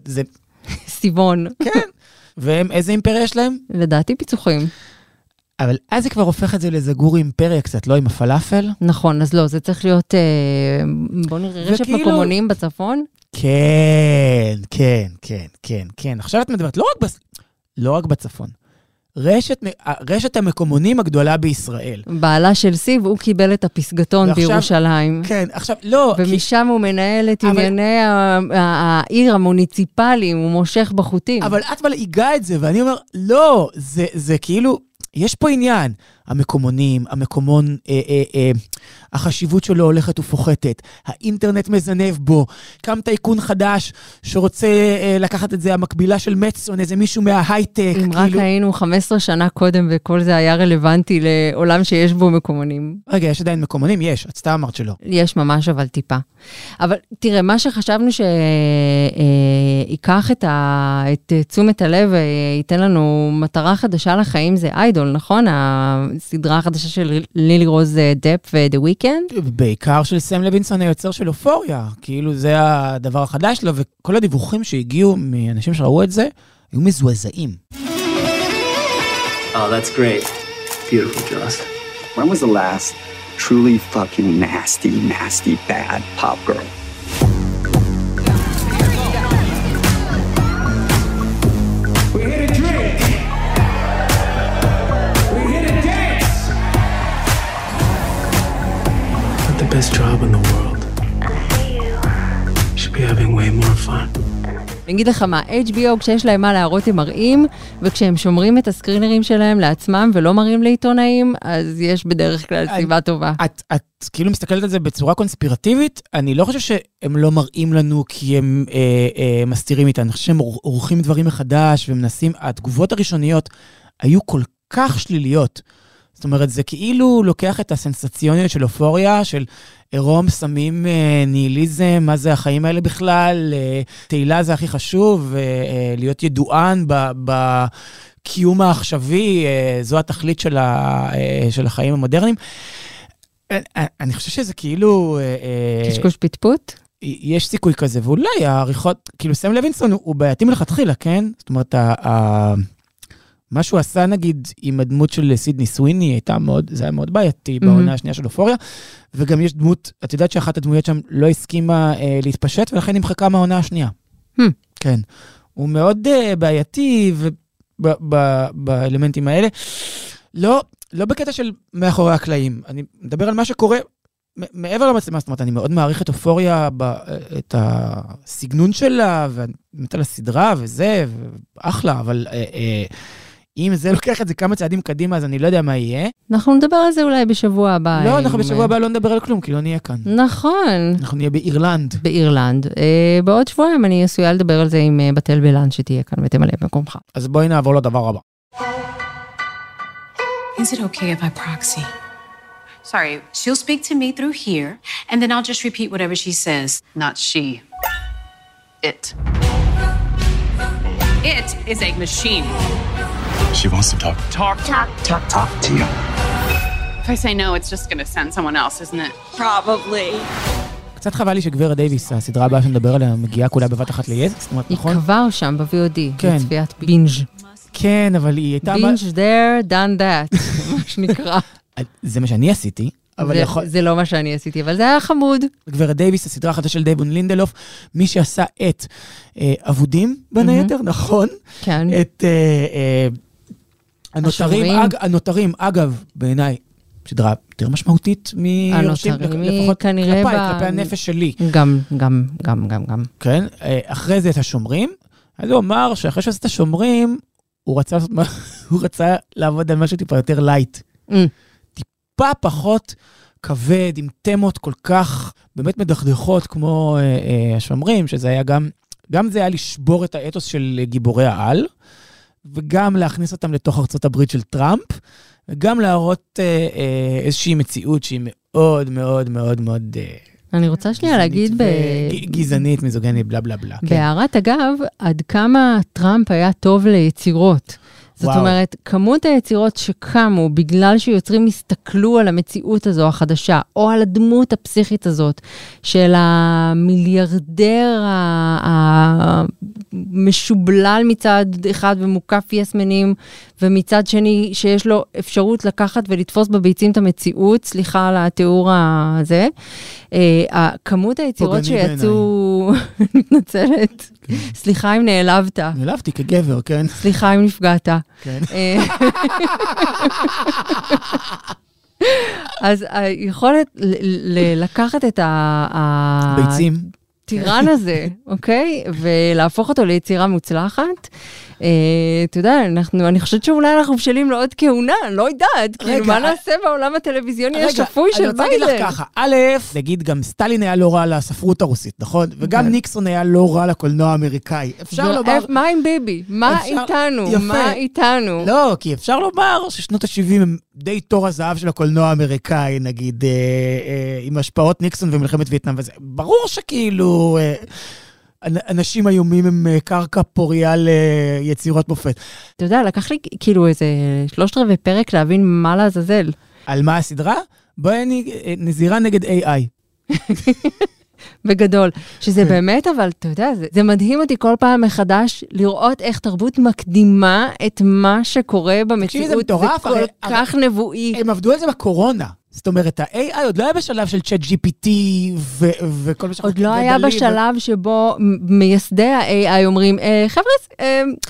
סיוון. כן. והם, איזה אימפריה יש להם? לדעתי פיצוחים. אבל אז זה כבר הופך את זה לזגור אימפריה קצת, לא עם הפלאפל? נכון, אז לא, זה צריך להיות, בוא נראה, רשת מקומונים בצפון. כן, כן, כן, כן, כן. עכשיו את מדברת, לא רק, בס... לא רק בצפון. רשת, רשת המקומונים הגדולה בישראל. בעלה של סיב, הוא קיבל את הפסגתון ועכשיו, בירושלים. כן, עכשיו, לא... ומשם כי... הוא מנהל את אבל... ענייני העיר המוניציפליים, הוא מושך בחוטים. אבל את מלעיגה את זה, ואני אומר, לא, זה, זה כאילו... יש פה עניין, המקומונים, המקומון, אה, אה, אה, החשיבות שלו הולכת ופוחתת, האינטרנט מזנב בו, קם טייקון חדש שרוצה אה, לקחת את זה, המקבילה של מצון, איזה מישהו מההייטק. אם כאילו... רק היינו חמש עשרה שנה קודם וכל זה היה רלוונטי לעולם שיש בו מקומונים. רגע, יש עדיין מקומונים? יש, את סתם אמרת שלא. יש ממש, אבל טיפה. אבל תראה, מה שחשבנו שיקח את, ה... את תשומת הלב וייתן לנו מטרה חדשה לחיים זה איידול, נכון? הסדרה החדשה של לילי רוז דפ ו-The Weeknd? בעיקר של סם לוינסון, היוצר של אופוריה. כאילו זה הדבר החדש שלו, וכל הדיווחים שהגיעו מאנשים שראו את זה, היו מזועזעים. Oh, that's great. Beautiful, Joss. When was the last truly fucking nasty, nasty, bad pop girl? Best job in the world. Should be having way more fun. אני אגיד לך מה, אייץ' בי או כשיש להם מה להראות הם מראים, וכשהם שומרים את הסקרינרים שלהם לעצמם ולא מראים לעיתונאים, אז יש בדרך כלל סיבה טובה. את, את כאילו מסתכלת על זה בצורה קונספירטיבית, אני לא חושב שהם לא מראים לנו כי הם אה, אה, מסתירים איתנו, אני חושב שהם עורכים דברים מחדש ומנסים, התגובות הראשוניות היו כל כך שליליות, זאת אומרת, זה כאילו לוקח את הסנסציוניות של אופוריה, של עירום, סמים, ניהיליזם, מה זה החיים האלה בכלל, תהילה זה הכי חשוב, להיות ידוען בקיום העכשווי, זו התכלית של, ה, של החיים המודרניים. אני חושב שזה כאילו... קשקוש פטפוט? יש סיכוי כזה, ואולי העריכות, כאילו סם לוינסון הוא בעייתי מלכתחילה, כן? זאת אומרת, מה שהוא עשה נגיד עם הדמות של סידני סוויני, הייתה מאוד, זה היה מאוד בעייתי בעונה השנייה של אופוריה, וגם יש דמות, את יודעת שאחת הדמויות שם לא הסכימה להתפשט, ולכן נמחקה מהעונה השנייה. כן. הוא מאוד בעייתי באלמנטים האלה. לא, לא בקטע של מאחורי הקלעים. אני מדבר על מה שקורה מעבר למצלמה, זאת אומרת, אני מאוד מעריך את אופוריה, את הסגנון שלה, ומת על הסדרה וזה, אחלה, אבל אם זה לוקח את זה כמה צעדים קדימה, אז אני לא יודע מה יהיה. אנחנו נדבר על זה אולי בשבוע הבא. לא, אנחנו בשבוע הבא לא נדבר על כלום, כי לא נהיה כאן. נכון. אנחנו נהיה באירלנד. באירלנד. בעוד שבועיים אני עשויה לדבר על זה עם בתל בלן, שתהיה כאן ותמלא במקומך. אז בואי נעבור לדבר הבא. Is it okay if I proxy? Sorry, she'll speak to me through here, and then I'll just repeat whatever she says. Not she. It. It is a machine. She wants to talk. Talk. Talk, talk, talk to you. If I say no, it's just going to send someone else, isn't it? Probably. קצת חבל לי שגברת דייביס, הסדרה הבאה שנדבר עליה, מגיעה כולה בבת אחת ליז, זאת אומרת, נכון? היא כבר שם ב-וי או די, כן. בצפיית בינג'. כן, אבל היא הייתה... בינג' there, done that, מה שנקרא. זה מה שאני עשיתי, אבל זה, יכול... זה לא מה שאני עשיתי, אבל זה היה חמוד. גברת דייביס, הסדרה החדשה של דייבון לינדלוף, מי שעשה את אה, אבודים, בין היתר, נכון? כן. את אה, אה, הנותרים, אג, הנותרים, אגב, בעיניי, סדרה יותר משמעותית מיורשים, לפחות כלפיי, כלפי הנפש שלי. גם, גם, גם, גם, גם. כן, אחרי זה את השומרים, אז הוא אמר שאחרי שעשה את השומרים, הוא רצה, הוא רצה לעבוד על משהו טיפה יותר לייט. Mm. טיפה פחות כבד, עם תמות כל כך באמת מדכדכות כמו אה, אה, השומרים, שזה היה גם, גם זה היה לשבור את האתוס של גיבורי העל, וגם להכניס אותם לתוך ארצות הברית של טראמפ, וגם להראות אה, אה, איזושהי מציאות שהיא מאוד מאוד מאוד מאוד... אה, אני רוצה שנייה להגיד ב... גזענית, מיזוגנית, בלה בלה בלה. בהערת אגב, עד כמה טראמפ היה טוב ליצירות. זאת וואו. אומרת, כמות היצירות שקמו בגלל שיוצרים הסתכלו על המציאות הזו החדשה, או על הדמות הפסיכית הזאת, של המיליארדר המשובלל מצד אחד ומוקף יסמנים, ומצד שני שיש לו אפשרות לקחת ולתפוס בביצים את המציאות, סליחה על התיאור הזה, כמות היצירות שיצאו, מתנצלת, סליחה אם נעלבת. נעלבתי כגבר, כן. סליחה אם נפגעת. כן. אז היכולת לקחת את ביצים. הטירן הזה, אוקיי? ולהפוך אותו ליצירה מוצלחת. אתה יודע, אני חושבת שאולי אנחנו בשלים לעוד כהונה, אני לא יודעת. כאילו, מה נעשה בעולם הטלוויזיוני השפוי של ביידן? אני רוצה להגיד לך ככה, א', נגיד גם סטלין היה לא רע לספרות הרוסית, נכון? וגם ניקסון היה לא רע לקולנוע האמריקאי. אפשר לומר... מה עם ביבי? מה איתנו? מה איתנו? לא, כי אפשר לומר ששנות ה-שבעים הם די תור הזהב של הקולנוע האמריקאי, נגיד, עם השפעות ניקסון ומלחמת וייטנאם וזה. ברור שכאילו... אנשים איומים הם קרקע פוריה ליצירות מופת. אתה יודע, לקח לי כאילו איזה שלושת רבעי פרק להבין מה לעזאזל. על מה הסדרה? בואי אני נזירה נגד איי איי. בגדול. שזה באמת, אבל אתה יודע, זה, זה מדהים אותי כל פעם מחדש לראות איך תרבות מקדימה את מה שקורה במציאות. זה מטורף. זה כל כך נבואי. הם עבדו על זה בקורונה. זאת אומרת, ה-איי איי עוד לא היה בשלב של צ'אט ג'י פי טי וכל מה שאנחנו... עוד לא היה בשלב שבו מייסדי ה-איי איי אומרים, חבר'ה,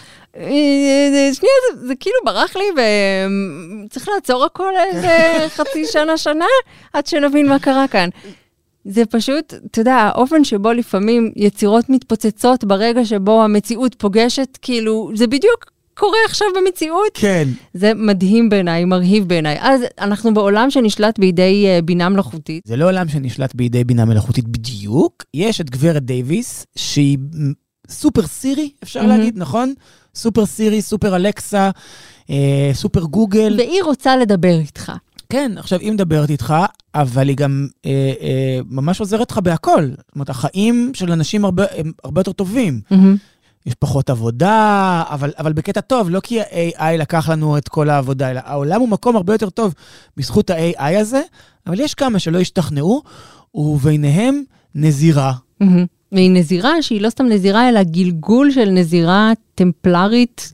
שנייה, זה כאילו ברח לי וצריך לעצור הכל איזה חצי שנה, שנה, עד שנבין מה קרה כאן. זה פשוט, אתה יודע, האופן שבו לפעמים יצירות מתפוצצות ברגע שבו המציאות פוגשת, כאילו, זה בדיוק קורה עכשיו במציאות. כן. זה מדהים בעיניי, מרהיב בעיניי. אז אנחנו בעולם שנשלט בידי בינה מלאכותית. זה לא עולם שנשלט בידי בינה מלאכותית בדיוק. יש את גברת דייביס, שהיא סופר סירי, אפשר mm-hmm. להגיד, נכון? סופר סירי, סופר אלקסה, אה, סופר גוגל. והיא רוצה לדבר איתך. כן, עכשיו היא מדברת איתך, אבל היא גם אה, אה, ממש עוזרת לך בהכל. זאת אומרת, החיים של אנשים הרבה, הם הרבה יותר טובים. Mm-hmm. יש פחות עבודה, אבל, אבל בקטע טוב, לא כי ה-איי איי לקח לנו את כל העבודה, אלא העולם הוא מקום הרבה יותר טוב בזכות ה-איי איי הזה, אבל יש כמה שלא השתכנעו, וביניהם נזירה. והיא נזירה שהיא לא סתם נזירה, אלא גלגול של נזירה טמפלרית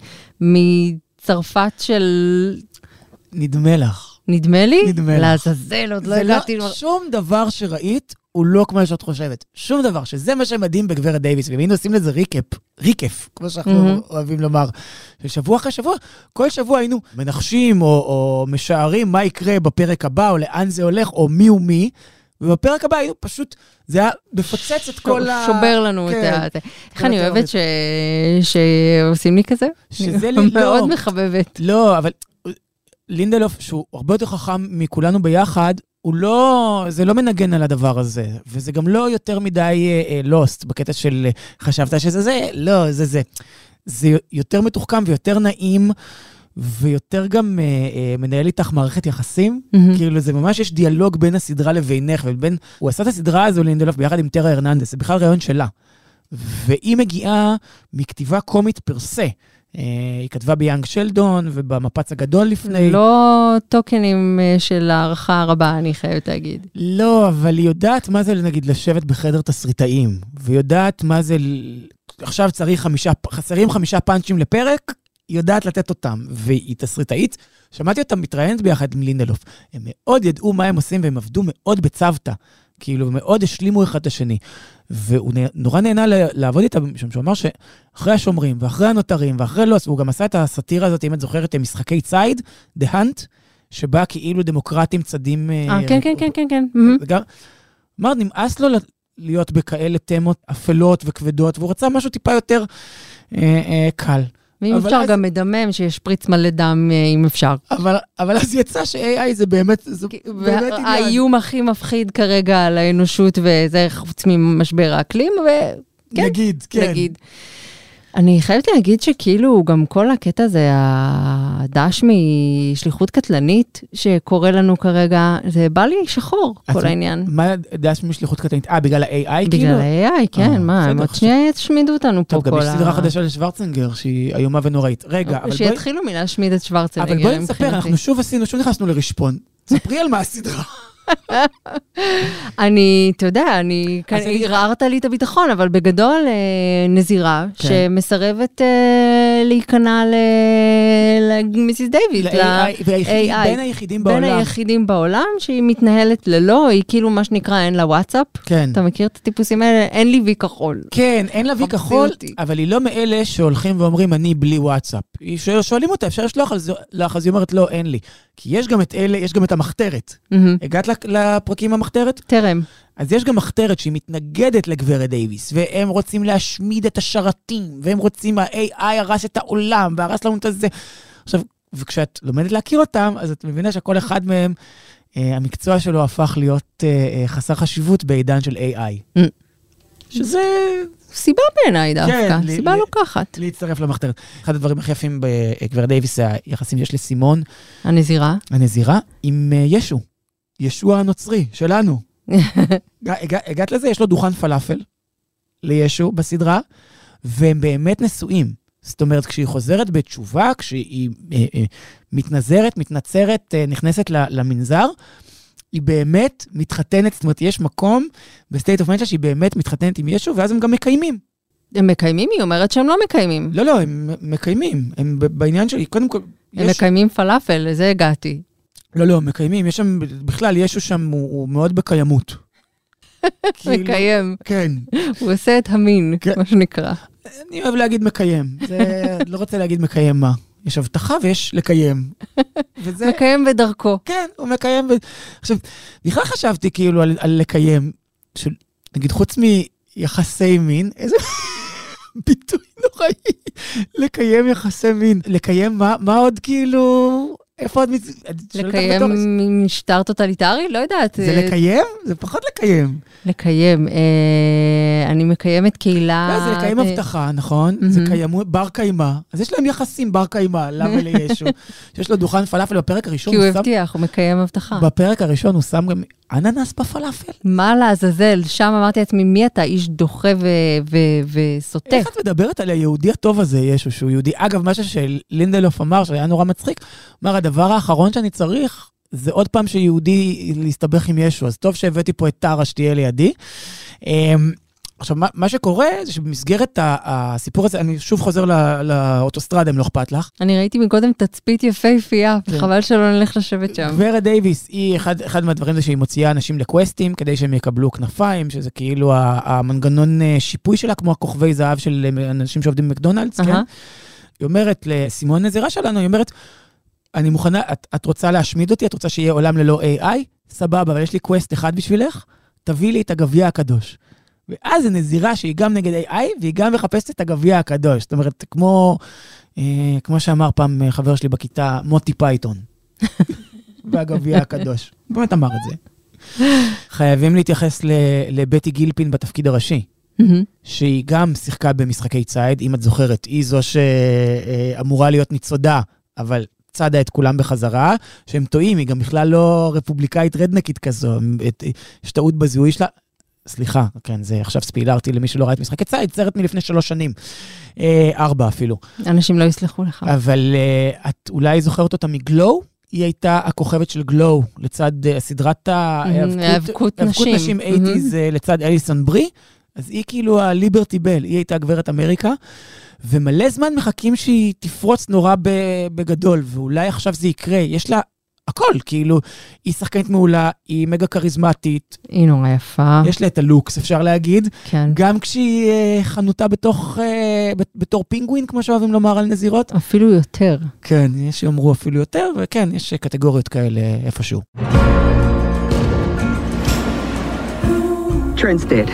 מצרפת של... נדמה לך. נדמה לי? נדמה לך. לעזאזל, עוד לא הגעתי... לא, שום דבר שראית הוא לא כמו שאת חושבת. שום דבר, שזה מה שמדהים בגברת דייביס, והיינו עושים לזה ריקאפ, ריקף, כמו שאנחנו mm-hmm. אוהבים לומר. שבוע אחרי שבוע, כל שבוע היינו מנחשים או, או משערים מה יקרה בפרק הבא, או לאן זה הולך, או מי הוא מי, ובפרק הבא היינו פשוט, זה היה מפוצץ את כל ה... שובר לנו כן, את ה... איך אני אוהבת ש... שעושים לי כזה? שזה לי, מאוד לא, מחבבת. לא, אבל לינדלוף, שהוא הרבה יותר חכם מכולנו ביחד, הוא לא, זה לא מנגן על הדבר הזה, וזה גם לא יותר מדי לוסט, בקטע של חשבת שזה זה, לא, זה זה. זה יותר מתוחכם ויותר נעים, ויותר גם אה, מנהל איתך מערכת יחסים, mm-hmm. כאילו זה ממש יש דיאלוג בין הסדרה לבינך, ובין, הוא עשה את הסדרה הזו לינדלוף ביחד עם טרה הרננדס, זה בכלל רעיון שלה. והיא מגיעה מכתיבה קומית פרסה, אה, היא כתבה ביאנג שלדון, ובמפץ הגדול לפני. לא טוקנים של הערכה הרבה, אני חייבת להגיד. לא, אבל היא יודעת מה זה, נגיד, לשבת בחדר תסריטאים, ויודעת מה זה, עכשיו צריך חמישה, חסרים חמישה פאנצ'ים לפרק, היא יודעת לתת אותם, והיא תסריטאית. שמעתי אותם מתראיינת ביחד עם לינדלוף. הם מאוד ידעו מה הם עושים, והם עבדו מאוד בצוותא. כאילו, מאוד השלימו אחד את השני. והוא נורא נהנה לעבוד איתה, משום שהוא אמר שאחרי השומרים, ואחרי הנותרים, ואחרי לוס, והוא גם עשה את הסאטירה הזאת, אם את זוכרת, משחקי צייד, The Hunt, שבה כאילו דמוקרטים צדים... אה, כן, כן, כן, כן, כן. אמר, נמאס לו להיות בכאלה תמות אפלות וכבדות, והוא רצה משהו טיפה יותר קל. ואם אפשר אז... גם מדמם, שיש פריץ מלא דם, אם אפשר. אבל, אבל אז יצא ש-איי איי זה באמת, זה באמת עניין. האיום הכי מפחיד כרגע על האנושות, וזה חוץ ממשבר האקלים, וכן. נגיד, כן. נגיד. אני חייבת להגיד שכאילו גם כל הקטע הזה, הדש משליחות קטלנית שקורה לנו כרגע, זה בא לי שחור, כל העניין. מה דש משליחות קטלנית? אה, בגלל ה-איי איי כאילו? בגלל ה-איי איי, כן, מה, הם עוד שנייה ישמידו אותנו פה. טוב, גם יש סדרה חדשה לשוורצנגר, שהיא איומה ונוראית. רגע, אבל בואי... שיתחילו מלהשמיד את שוורצנגר. אבל בואי נספר, אנחנו שוב עשינו, שוב נכנסנו לרשפון. ספרי על מה הסדרה. אני, אתה יודע, אני, הרערת לי את הביטחון, אבל בגדול נזירה, שמסרבת להיכנע למיסיס דיוויד, ל-איי איי, בין היחידים בעולם. בין היחידים בעולם, שהיא מתנהלת ללא, היא כאילו מה שנקרא, אין לה וואטסאפ. אתה מכיר את הטיפוסים האלה? אין לי וי כחול. כן, אין לה וי כחול, אבל היא לא מאלה שהולכים ואומרים, אני בלי וואטסאפ. שואלים אותה, אפשר לשלוח לך, אז היא אומרת, לא, אין לי. כי יש גם את אלה, יש גם את המחתרת. הגעת לפרקים המחתרת? תרם. אז יש גם מחתרת שהיא מתנגדת לגברת דייביס, והם רוצים להשמיד את השרתים, והם רוצים, ה-איי איי הרס את העולם, והרס לנו את זה. עכשיו, וכשאת לומדת להכיר אותם, אז את מבינה שכל אחד מהם, אה, המקצוע שלו הפך להיות אה, חסר חשיבות בעידן של איי איי. שזה... סיבה בעיניי דווקא, סיבה לוקחת. להצטרף למחתרת. אחד הדברים הכי יפים בגברת דייביס, זה היחסים שיש לסימון. הנזירה. הנזירה, עם ישו. ישוע הנוצרי, שלנו. הגעת לזה, יש לו דוכן פלאפל לישו בסדרה, והם באמת נשואים. זאת אומרת, כשהיא חוזרת בתשובה, כשהיא אה, אה, מתנזרת, מתנצרת, אה, נכנסת למנזר, היא באמת מתחתנת, זאת אומרת, יש מקום בסטייט אוף מיינד שהיא באמת מתחתנת עם ישו, ואז הם גם מקיימים. הם מקיימים? היא אומרת שהם לא מקיימים. לא, לא, הם מקיימים. הם בעניין שלי, קודם כל... הם יש... מקיימים פלאפל, לזה הגעתי. לא, לא, מקיימים. יש שם, בכלל, ישו שם, הוא, הוא מאוד בקיימות. מקיים. כן. הוא עושה את המין, כן. מה שנקרא. אני אוהב להגיד מקיים. זה, לא רוצה להגיד מקיים מה. יש הבטחה ויש לקיים. וזה... מקיים בדרכו. כן, הוא מקיים. ב... עכשיו, בכלל חשבתי כאילו על, על לקיים, של, נגיד, חוץ מיחסי מין, איזה ביטוי נוראי, לקיים יחסי מין. לקיים מה, מה עוד כאילו... איפה עוד... לקיים משטר טוטליטרי? לא יודעת. זה לקיים? זה פחות לקיים. לקיים. אני מקיימת קהילה... לא, זה לקיים הבטחה, נכון? זה בר קיימה. אז יש להם יחסים בר קיימה, לה ולישו. שיש לו דוכן פלאפל בפרק הראשון. כי הוא הבטיח, הוא מקיים הבטחה. בפרק הראשון הוא שם גם אננס בפלאפל. מה לעזאזל? שם אמרתי לעצמי, מי אתה? איש דוחה וסוטה. איך את מדברת על היהודי הטוב הזה, ישו, שהוא יהודי? אגב, משהו שלינדלוף אמר, שהיה נורא מצחיק, אמר, הדבר האחרון שאני צריך, זה עוד פעם שיהודי להסתבך עם ישו, אז טוב שהבאתי פה את טרה שתהיה לידי. עכשיו, מה, מה שקורה זה שבמסגרת הסיפור הזה, אני שוב חוזר לאוטוסטרדה, אם לא אכפת לך. אני ראיתי מקודם תצפית יפהפייה, וחבל שלא נלך לשבת שם. גברת דייביס, היא אחד, אחד מהדברים זה שהיא מוציאה אנשים לקווסטים, כדי שהם יקבלו כנפיים, שזה כאילו המנגנון שיפוי שלה, כמו הכוכבי זהב של אנשים שעובדים במקדונלדס, כן? היא אומרת לסימון נזירה שלנו, היא אומרת, אני מוכנה, את, את רוצה להשמיד אותי, את רוצה שיהיה עולם ללא איי איי? סבבה, אבל יש לי קווסט אחד בשבילך, תביא לי את הגביע הקדוש. ואז זה נזירה שהיא גם נגד איי איי, והיא גם מחפשת את הגביע הקדוש. זאת אומרת, כמו, אה, כמו שאמר פעם חבר שלי בכיתה, מוטי פייתון. והגביע הקדוש. באמת אמר את זה. חייבים להתייחס לבטי גילפין בתפקיד הראשי. שהיא גם שיחקה במשחקי צייד, אם את זוכרת, היא זו שאמורה להיות ניצודה, אבל צדה את כולם בחזרה, שהם טועים, היא גם בכלל לא רפובליקאית רדנקית כזו, יש טעות בזיהוי שלה, סליחה, כן, זה עכשיו ספילרתי למי שלא ראה את משחקי צייד, סרט מלפני שלוש שנים, ארבע אפילו. אנשים לא יסלחו לך. אבל את אולי זוכרת אותה מגלו? היא הייתה הכוכבת של גלו, לצד סדרת האבקות נשים, שמונים, לצד אליסון ברי, אז היא כאילו הליברטי בל, היא הייתה גברת אמריקה, ומלא זמן מחכים שהיא תפרוץ נורא בגדול, ואולי עכשיו זה יקרה, יש לה הכל, כאילו, היא שחקנית מעולה, היא מגה קריזמטית. היא נורא יפה. יש לה את הלוקס, אפשר להגיד. כן. גם כשהיא uh, חנותה בתוך, uh, בתור פינגווין, כמו שאוהבים לומר על נזירות. אפילו יותר. כן, יש שאומרו אפילו יותר, וכן, יש קטגוריות כאלה איפשהו. Trent's dead.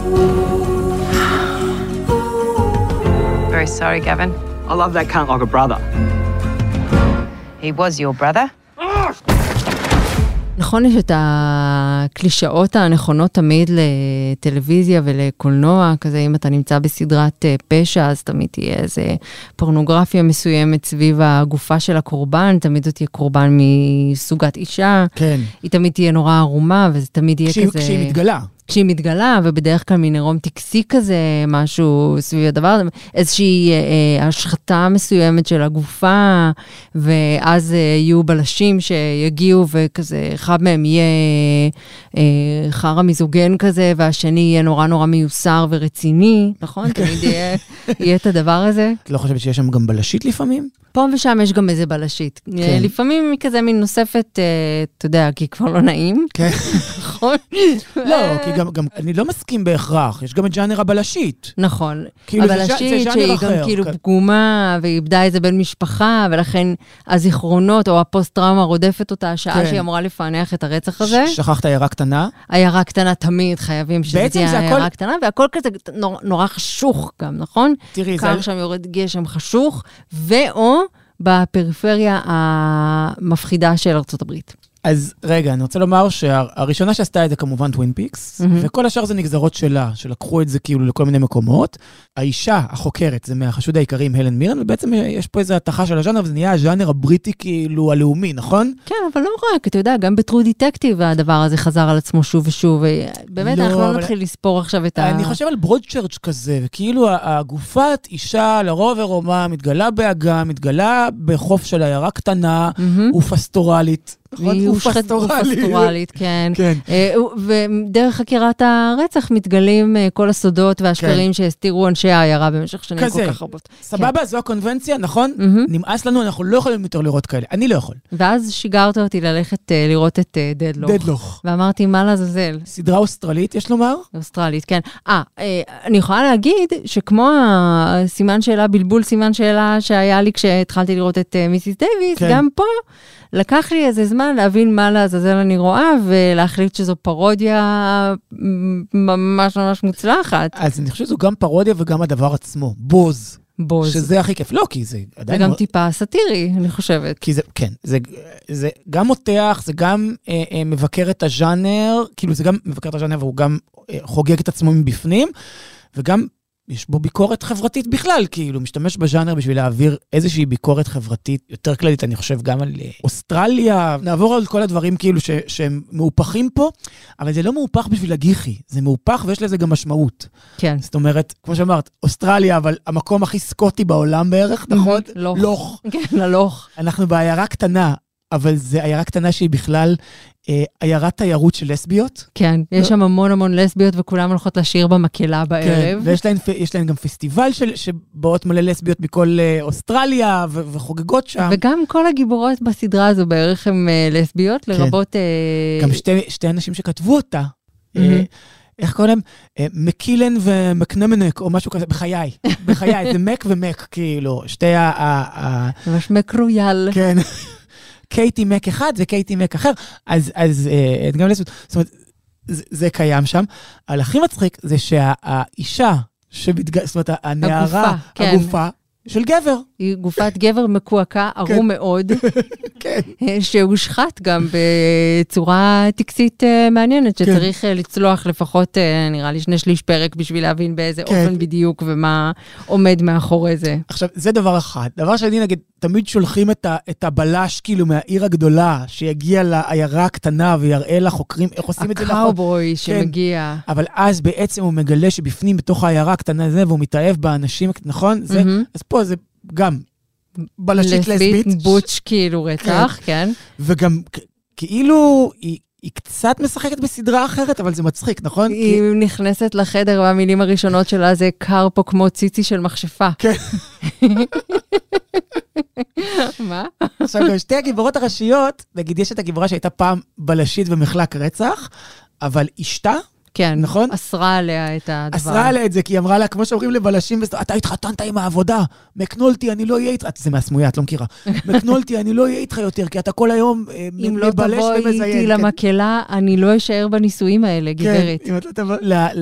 Very sorry, Gavin. I love that cunt like a brother. He was your brother. נכון, יש את הקלישאות הנכונות תמיד לטלוויזיה ולקולנוע, כזה אם אתה נמצא בסדרת פשע, אז תמיד תהיה איזה פורנוגרפיה מסוימת סביב הגופה של הקורבן, תמיד זאת תהיה קורבן מסוגת אישה, כן. היא תמיד תהיה נורא ערומה, וזה תמיד יהיה כשהיא, כזה... כשהיא מתגלה. כשהיא מתגלה, ובדרך כלל מנרום טקסי כזה, משהו סביב הדבר, איזושהי אה, השחתה מסוימת של הגופה, ואז אה, יהיו בלשים שיגיעו, וכזה, אחד מהם יהיה אה, חרה מיזוגן כזה, והשני יהיה נורא נורא מיוסר ורציני, נכון? תמיד יהיה, יהיה את הדבר הזה. את לא חושבת שיש שם גם בלשית לפעמים? פה ושם יש גם איזה בלשית. כן. לפעמים היא כזה מין נוספת, אתה יודע, כי כבר לא נעים. כן. נכון? לא, כי גם, גם, אני לא מסכים בהכרח, יש גם את ז'אנר הבלשית. נכון. כאילו הבלשית שהיא גם כאילו פגומה, והיא איבדה איזה בן משפחה, ולכן הזיכרונות או הפוסט-טראומה רודפת אותה, השעה שהיא אמורה לפענח את הרצח הזה. שכחת עיירה קטנה? עיירה קטנה תמיד חייבים שזה תהיה עיירה קטנה, והכל כזה נורא חשוך גם, נכון? תראי, קר שם יורד גשם חשוך, ואו בפריפריה המפחידה של ארצות הברית. אז רגע, אני רוצה לומר שהראשונה שעשתה את זה כמובן טווין פיקס, וכל השאר זה נגזרות שלה, שלקחו את זה כאילו לכל מיני מקומות. האישה, החוקרת, זה מהחשוד העיקריים, הלן מירן, ובעצם יש פה איזו התחה של הז'אנר, וזה נהיה הז'אנר הבריטי כאילו הלאומי, נכון? כן, אבל לא רק, אתה יודע, גם בטרו דטקטיב הדבר הזה חזר על עצמו שוב ושוב, באמת אנחנו לא נתחיל לספור עכשיו את ה... אני חושב על ברודצ'רץ' כזה, וכאילו הגופת אישה לרוב ערומה, מתגלה באגם, מתגלה בחוף של עיירה קטנה, ופסטורלית. והיא פסטורלית, כן. ודרך חקירת הרצח מתגלים כל הסודות והשקרים שהסתירו אנשי העיירה במשך שנים כל כך רבות. סבבה, זו הקונבנציה, נכון? נמאס לנו, אנחנו לא יכולים יותר לראות כאלה. אני לא יכול. ואז שיגרת אותי ללכת לראות את דדלוך. דדלוך. ואמרתי, מה לעזאזל? סדרה אוסטרלית, יש לומר? אוסטרלית, כן. אה, אני יכולה להגיד שכמו הסימן שאלה, בלבול סימן שאלה שהיה לי כשהתחלתי לראות את מיסיס דייביס, גם פה לקח לי איזה זמן להבין מה לעזאזל אני רואה, ולהחליט שזו פרודיה ממש ממש מוצלחת. אז אני חושב שזו גם פרודיה וגם הדבר עצמו, בוז. בוז. שזה הכי כיף. לא, כי זה עדיין... וגם טיפה סאטירי, אני חושבת. כי זה, כן, זה, זה גם מותח, זה גם אה, אה, מבקר את הז'אנר, כאילו זה גם מבקר את הז'אנר, והוא גם אה, חוגג את עצמו מבפנים, וגם יש בו ביקורת חברתית בכלל, כאילו, משתמש בז'אנר בשביל להעביר איזושהי ביקורת חברתית יותר כללית, אני חושב גם על אוסטרליה, נעבור על כל הדברים כאילו ש- שהם מאופחים פה, אבל זה לא מאופח בשביל הגיחי, זה מאופח ויש לזה גם משמעות. כן. זאת אומרת, כמו שאמרת, אוסטרליה, אבל המקום הכי סקוטי בעולם בערך, נכון? לוך. לוך. כן, ללוך. אנחנו בעיירה קטנה, אבל זה עיירה קטנה שהיא בכלל עיירת תיירות של לסביות. כן, יש שם המון המון לסביות, וכולם הולכות לשיר במקהלה בערב. כן, ויש להן גם פסטיבל שבאות מלא לסביות מכל אוסטרליה, וחוגגות שם. וגם כל הגיבורות בסדרה הזו בערך הן לסביות, לרבות... גם שתי אנשים שכתבו אותה. איך קוראים? מקילן ומקנמנק, או משהו כזה, בחיי. בחיי, זה מק ומק, כאילו, שתי ה... ממש מק רויאל. כן. קייטי מק אחד וקייטי מק אחר, אז, אז, גם לסביות, זאת אומרת, זה, זה קיים שם. אבל הכי מצחיק זה שהאישה, שבתג... זאת אומרת, הנערה, הגופה, כן. הגופה, של גבר. היא גופת גבר מקועקע, ערום מאוד, כן. שהושחת גם בצורה טקסית מעניינת, שצריך לצלוח לפחות, נראה לי, שני שליש פרק בשביל להבין באיזה אופן בדיוק ומה עומד מאחורי זה. עכשיו, זה דבר אחד. דבר שני, נגיד, תמיד שולחים את הבלש, כאילו, מהעיר הגדולה, שיגיע לעיירה הקטנה ויראה לחוקרים איך עושים את זה. הקאובוי שמגיע. אבל אז בעצם הוא מגלה שבפנים, בתוך העיירה הקטנה הזה, והוא מתאהב באנשים, נכון? זה, אז פה זה גם בלשית לסבית. לסבית, בוטש כאילו רצח, כן. וגם כאילו היא, היא קצת משחקת בסדרה אחרת, אבל זה מצחיק, נכון? היא כי... נכנסת לחדר, והמילים הראשונות שלה זה קר פה כמו ציצי של מכשפה. כן. מה? עכשיו, גם שתי הגיבורות הראשיות, נגיד יש את הגיבורה שהייתה פעם בלשית ומחלק רצח, אבל אשתה, כן, נכון? אסרה עליה את הדבר. אסרה עליה את זה, כי היא אמרה לה, כמו שאומרים לבלשים, אתה התחתנת עם העבודה, מקנולתי, אני לא אהיה איתך, זה מהסמויה, את לא מכירה. מקנולתי, אני לא אהיה איתך יותר, כי אתה כל היום מבלש ומזיין. אם לא תבוא איתי למקהלה, אני לא אשאר בנישואים האלה, גברת. כן, אם את לא תבוא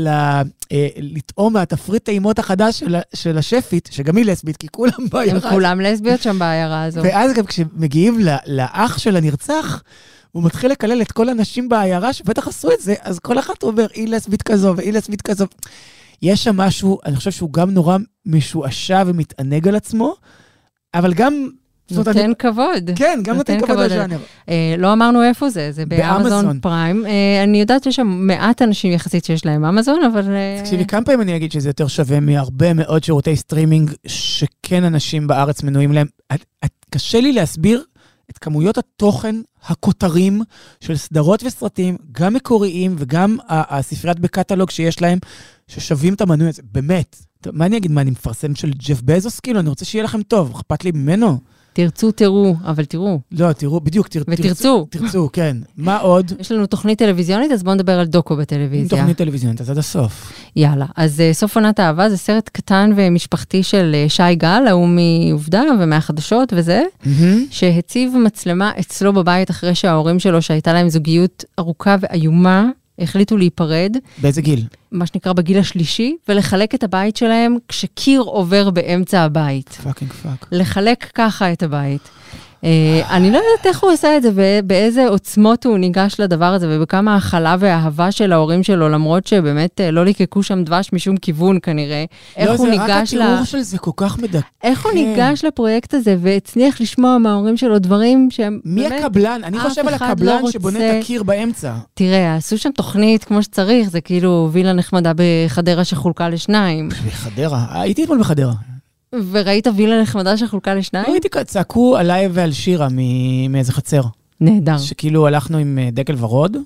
לטעום מהתפריט טעימות החדש של השפית, שגם היא לסבית, כי כולם בעיירה. הם כולם לסביות שם בעיירה הזו. ואז גם כשמגיעים לאח של הנרצח, הוא מתחיל לקלל את כל הנשים בעיירה שבטח עשו את זה, אז כל אחת אומר, היא לסבית כזו והיא לסבית כזו. יש שם משהו, אני חושב שהוא גם נורא משועשע ומתענג על עצמו, אבל גם... נותן כבוד. כן, גם נותן כבוד לז'אנר. לא אמרנו איפה זה, זה באמזון פריים. אני יודעת שיש שם מעט אנשים יחסית שיש להם אמזון, אבל... תקשיבי, כמה פעמים אני אגיד שזה יותר שווה מהרבה מאוד שירותי סטרימינג, שכן אנשים בארץ מנויים להם. קשה לי להסביר את כמויות התוכן, הכותרים של סדרות וסרטים, גם מקוריים וגם הספריית בקטלוג שיש להם, ששווים את המנוי הזה. באמת. מה אני אגיד? מה, אני מפרסם של ג'ף בזוס? כאילו, אני רוצה שיהיה לכם טוב. אכפת לי ממנו. תרצו, תראו, אבל תראו. לא, תראו, בדיוק, תר, ותרצו. תרצו, תרצו, כן. מה עוד? יש לנו תוכנית טלוויזיונית, אז בואו נדבר על דוקו בטלוויזיה. תוכנית טלוויזיונית, אז עד הסוף. יאללה, אז סוף עונת האהבה זה סרט קטן ומשפחתי של שי גל, הוא מעובדה ומהחדשות וזה, mm-hmm. שהציב מצלמה אצלו בבית אחרי שההורים שלו, שהייתה להם זוגיות ארוכה ואיומה, החליטו להיפרד. באיזה גיל? מה שנקרא בגיל השלישי, ולחלק את הבית שלהם כשקיר עובר באמצע הבית. פאקינג פאק. לחלק ככה את הבית. אני לא יודעת איך הוא עושה את זה, ובאיזה עוצמות הוא ניגש לדבר הזה, ובכמה החלה והאהבה של ההורים שלו, למרות שבאמת לא ליקקו שם דבש משום כיוון כנראה. לא, זה רק התיאור של זה כל כך מדכא. איך הוא ניגש לפרויקט הזה, והצליח לשמוע מההורים שלו דברים שהם מי הקבלן? אני חושב על הקבלן שבונה את הקיר באמצע. תראה, עשו שם תוכנית כמו שצריך, זה כאילו וילה נחמדה בחדרה שחולקה לשניים. בחדרה? הייתי אתמול בחדרה. וראית וילה נחמדה שחולקה לשניים? ראיתי, צעקו עליי ועל שירה מאיזה חצר. נהדר. שכאילו הלכנו עם דגל ורוד,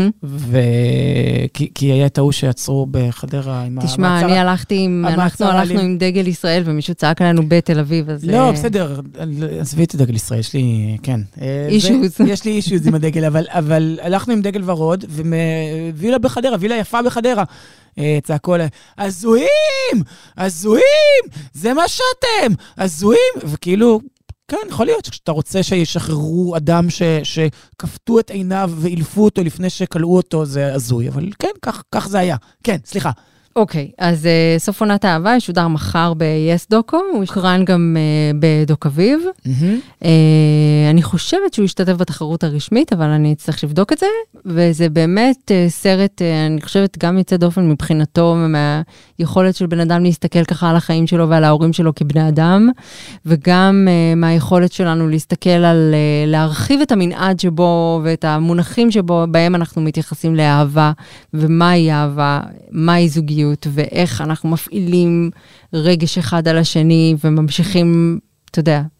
כי היה את ההוא שיצרו בחדרה עם המעצר. תשמע, אני הלכתי עם, אנחנו הלכנו עם דגל ישראל, ומישהו צעק עלינו בתל אביב, אז... לא, בסדר, עזבי את דגל ישראל, יש לי, כן. אישוז. יש לי אישוז עם הדגל, אבל הלכנו עם דגל ורוד, ווילה בחדרה, וילה יפה בחדרה. צעקו עליי, הזויים! הזויים! זה מה שאתם! הזויים! וכאילו, כן, יכול להיות שכשאתה רוצה שישחררו אדם ש, שכפתו את עיניו ואילפו אותו לפני שקלעו אותו, זה הזוי. אבל כן, כך, כך זה היה. כן, סליחה. אוקיי, אז uh, סוף עונת האהבה ישודר מחר ב-יס דוקו, הוא יקרן גם uh, בדוק אביב. Mm-hmm. Uh, אני חושבת שהוא ישתתף בתחרות הרשמית, אבל אני אצטרך לבדוק את זה, וזה באמת uh, סרט, uh, אני חושבת גם יצא דופן מבחינתו, מהיכולת של בן אדם להסתכל ככה על החיים שלו ועל ההורים שלו כבני אדם, וגם uh, מהיכולת שלנו להסתכל על, uh, להרחיב את המנעד שבו, ואת המונחים שבו, בהם אנחנו מתייחסים לאהבה, ומהי אהבה, מהי זוגיות, ואיך אנחנו מפעילים רגש אחד על השני, וממשיכים, אתה יודע,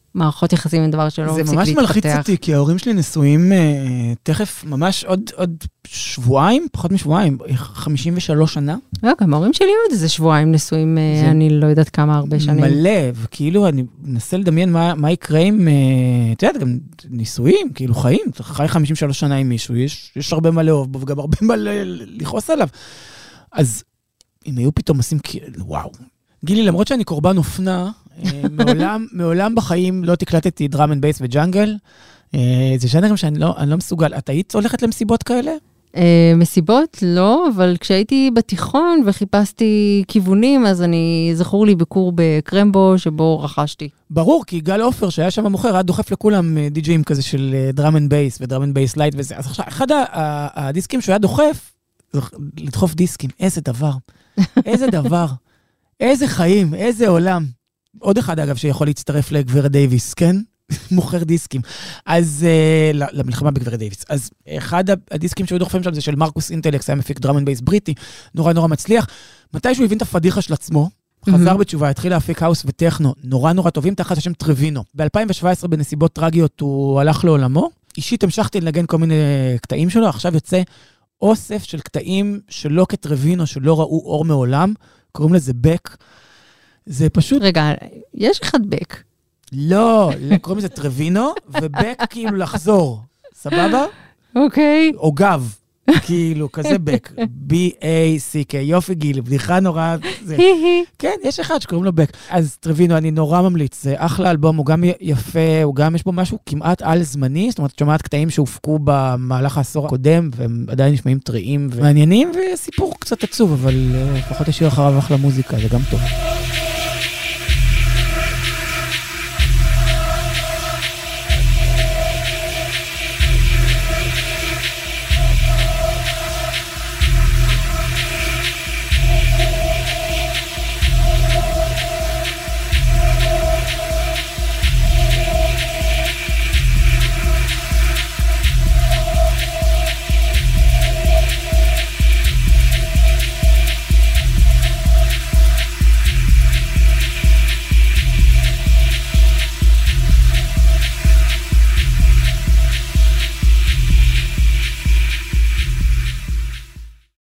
מערכות יחסים הם דבר שלא מפסיק להתפתח. זה ממש מלחיץ אותי, כי ההורים שלי נשואים אה, תכף, ממש עוד, עוד שבועיים, פחות משבועיים, חמישים ושלוש שנה. לא, גם ההורים שלי עוד איזה שבועיים נשואים, אה, אני לא יודעת כמה הרבה שנים. מלא, וכאילו אני מנסה לדמיין מה, מה יקרה עם, אה, אתה יודע, גם נישואים, כאילו חיים, אתה חי חמישים ושלוש שנה עם מישהו, יש, יש הרבה מה לאהוב בו, וגם הרבה מה לכעוס עליו. אז אם היו פתאום עושים, וואו. גילי, למרות שאני קורבן אופנה, מעולם, מעולם בחיים לא תקלטתי דראם אנד בייס וג'אנגל. זה ז'אנרים שאני לא, אני לא מסוגל. את היית הולכת למסיבות כאלה? מסיבות לא, אבל כשהייתי בתיכון וחיפשתי כיוונים, אז אני זכור לי ביקור בקרמבו שבו רכשתי. ברור, כי גל אופר שהיה שם המוכר, היה דוחף לכולם די-ג'ים כזה של דראם אנד בייס ודראם אנד בייס לייט וזה. אז עכשיו, אחד הדיסקים שהוא היה דוחף, לדחוף דיסקים. איזה דבר. איזה דבר. איזה חיים, איזה עולם. עוד אחד, אגב, שיכול להצטרף לגברת דייביס, כן? מוכר דיסקים. אז, uh, למלחמה בגברת דייביס. אז אחד הדיסקים שהיו דוחפים שם זה של מרקוס אינטלקס, היה מפיק דראם אנד בייס בריטי, נורא נורא מצליח. מתי שהוא הבין את הפדיחה של עצמו, חזר בתשובה, התחיל להפיק האוס וטכנו, נורא נורא טובים, תחת השם טרווינו. ב-אלפיים שבע עשרה בנסיבות טרגיות הוא הלך לעולמו. אישית המשכתי לנגן כל מיני קטעים שלו, עכשיו יוצא אוסף של קטעים שלא כטרווינו, שלא ראו אור מעולם, קוראים לזה בק. זה פשוט... רגע, יש אחד בק. לא, קוראים לזה טרווינו, ובק כאילו לחזור. סבבה? אוקיי. או גב, כאילו, כזה בק. B-A-C-K, יופי גיל, בדיחה נורא... כן, יש אחד שקוראים לו בק. אז טרווינו, אני נורא ממליץ, זה אחלה אלבום, הוא גם יפה, הוא גם יש בו משהו כמעט על זמני, זאת אומרת, שומעת קטעים שהופקו במהלך העשור הקודם, והם עדיין נשמעים טריים ומעניינים, וסיפור קצת עצוב, אבל לפחות יש אחריו אחלה מוזיקה, זה גם טוב.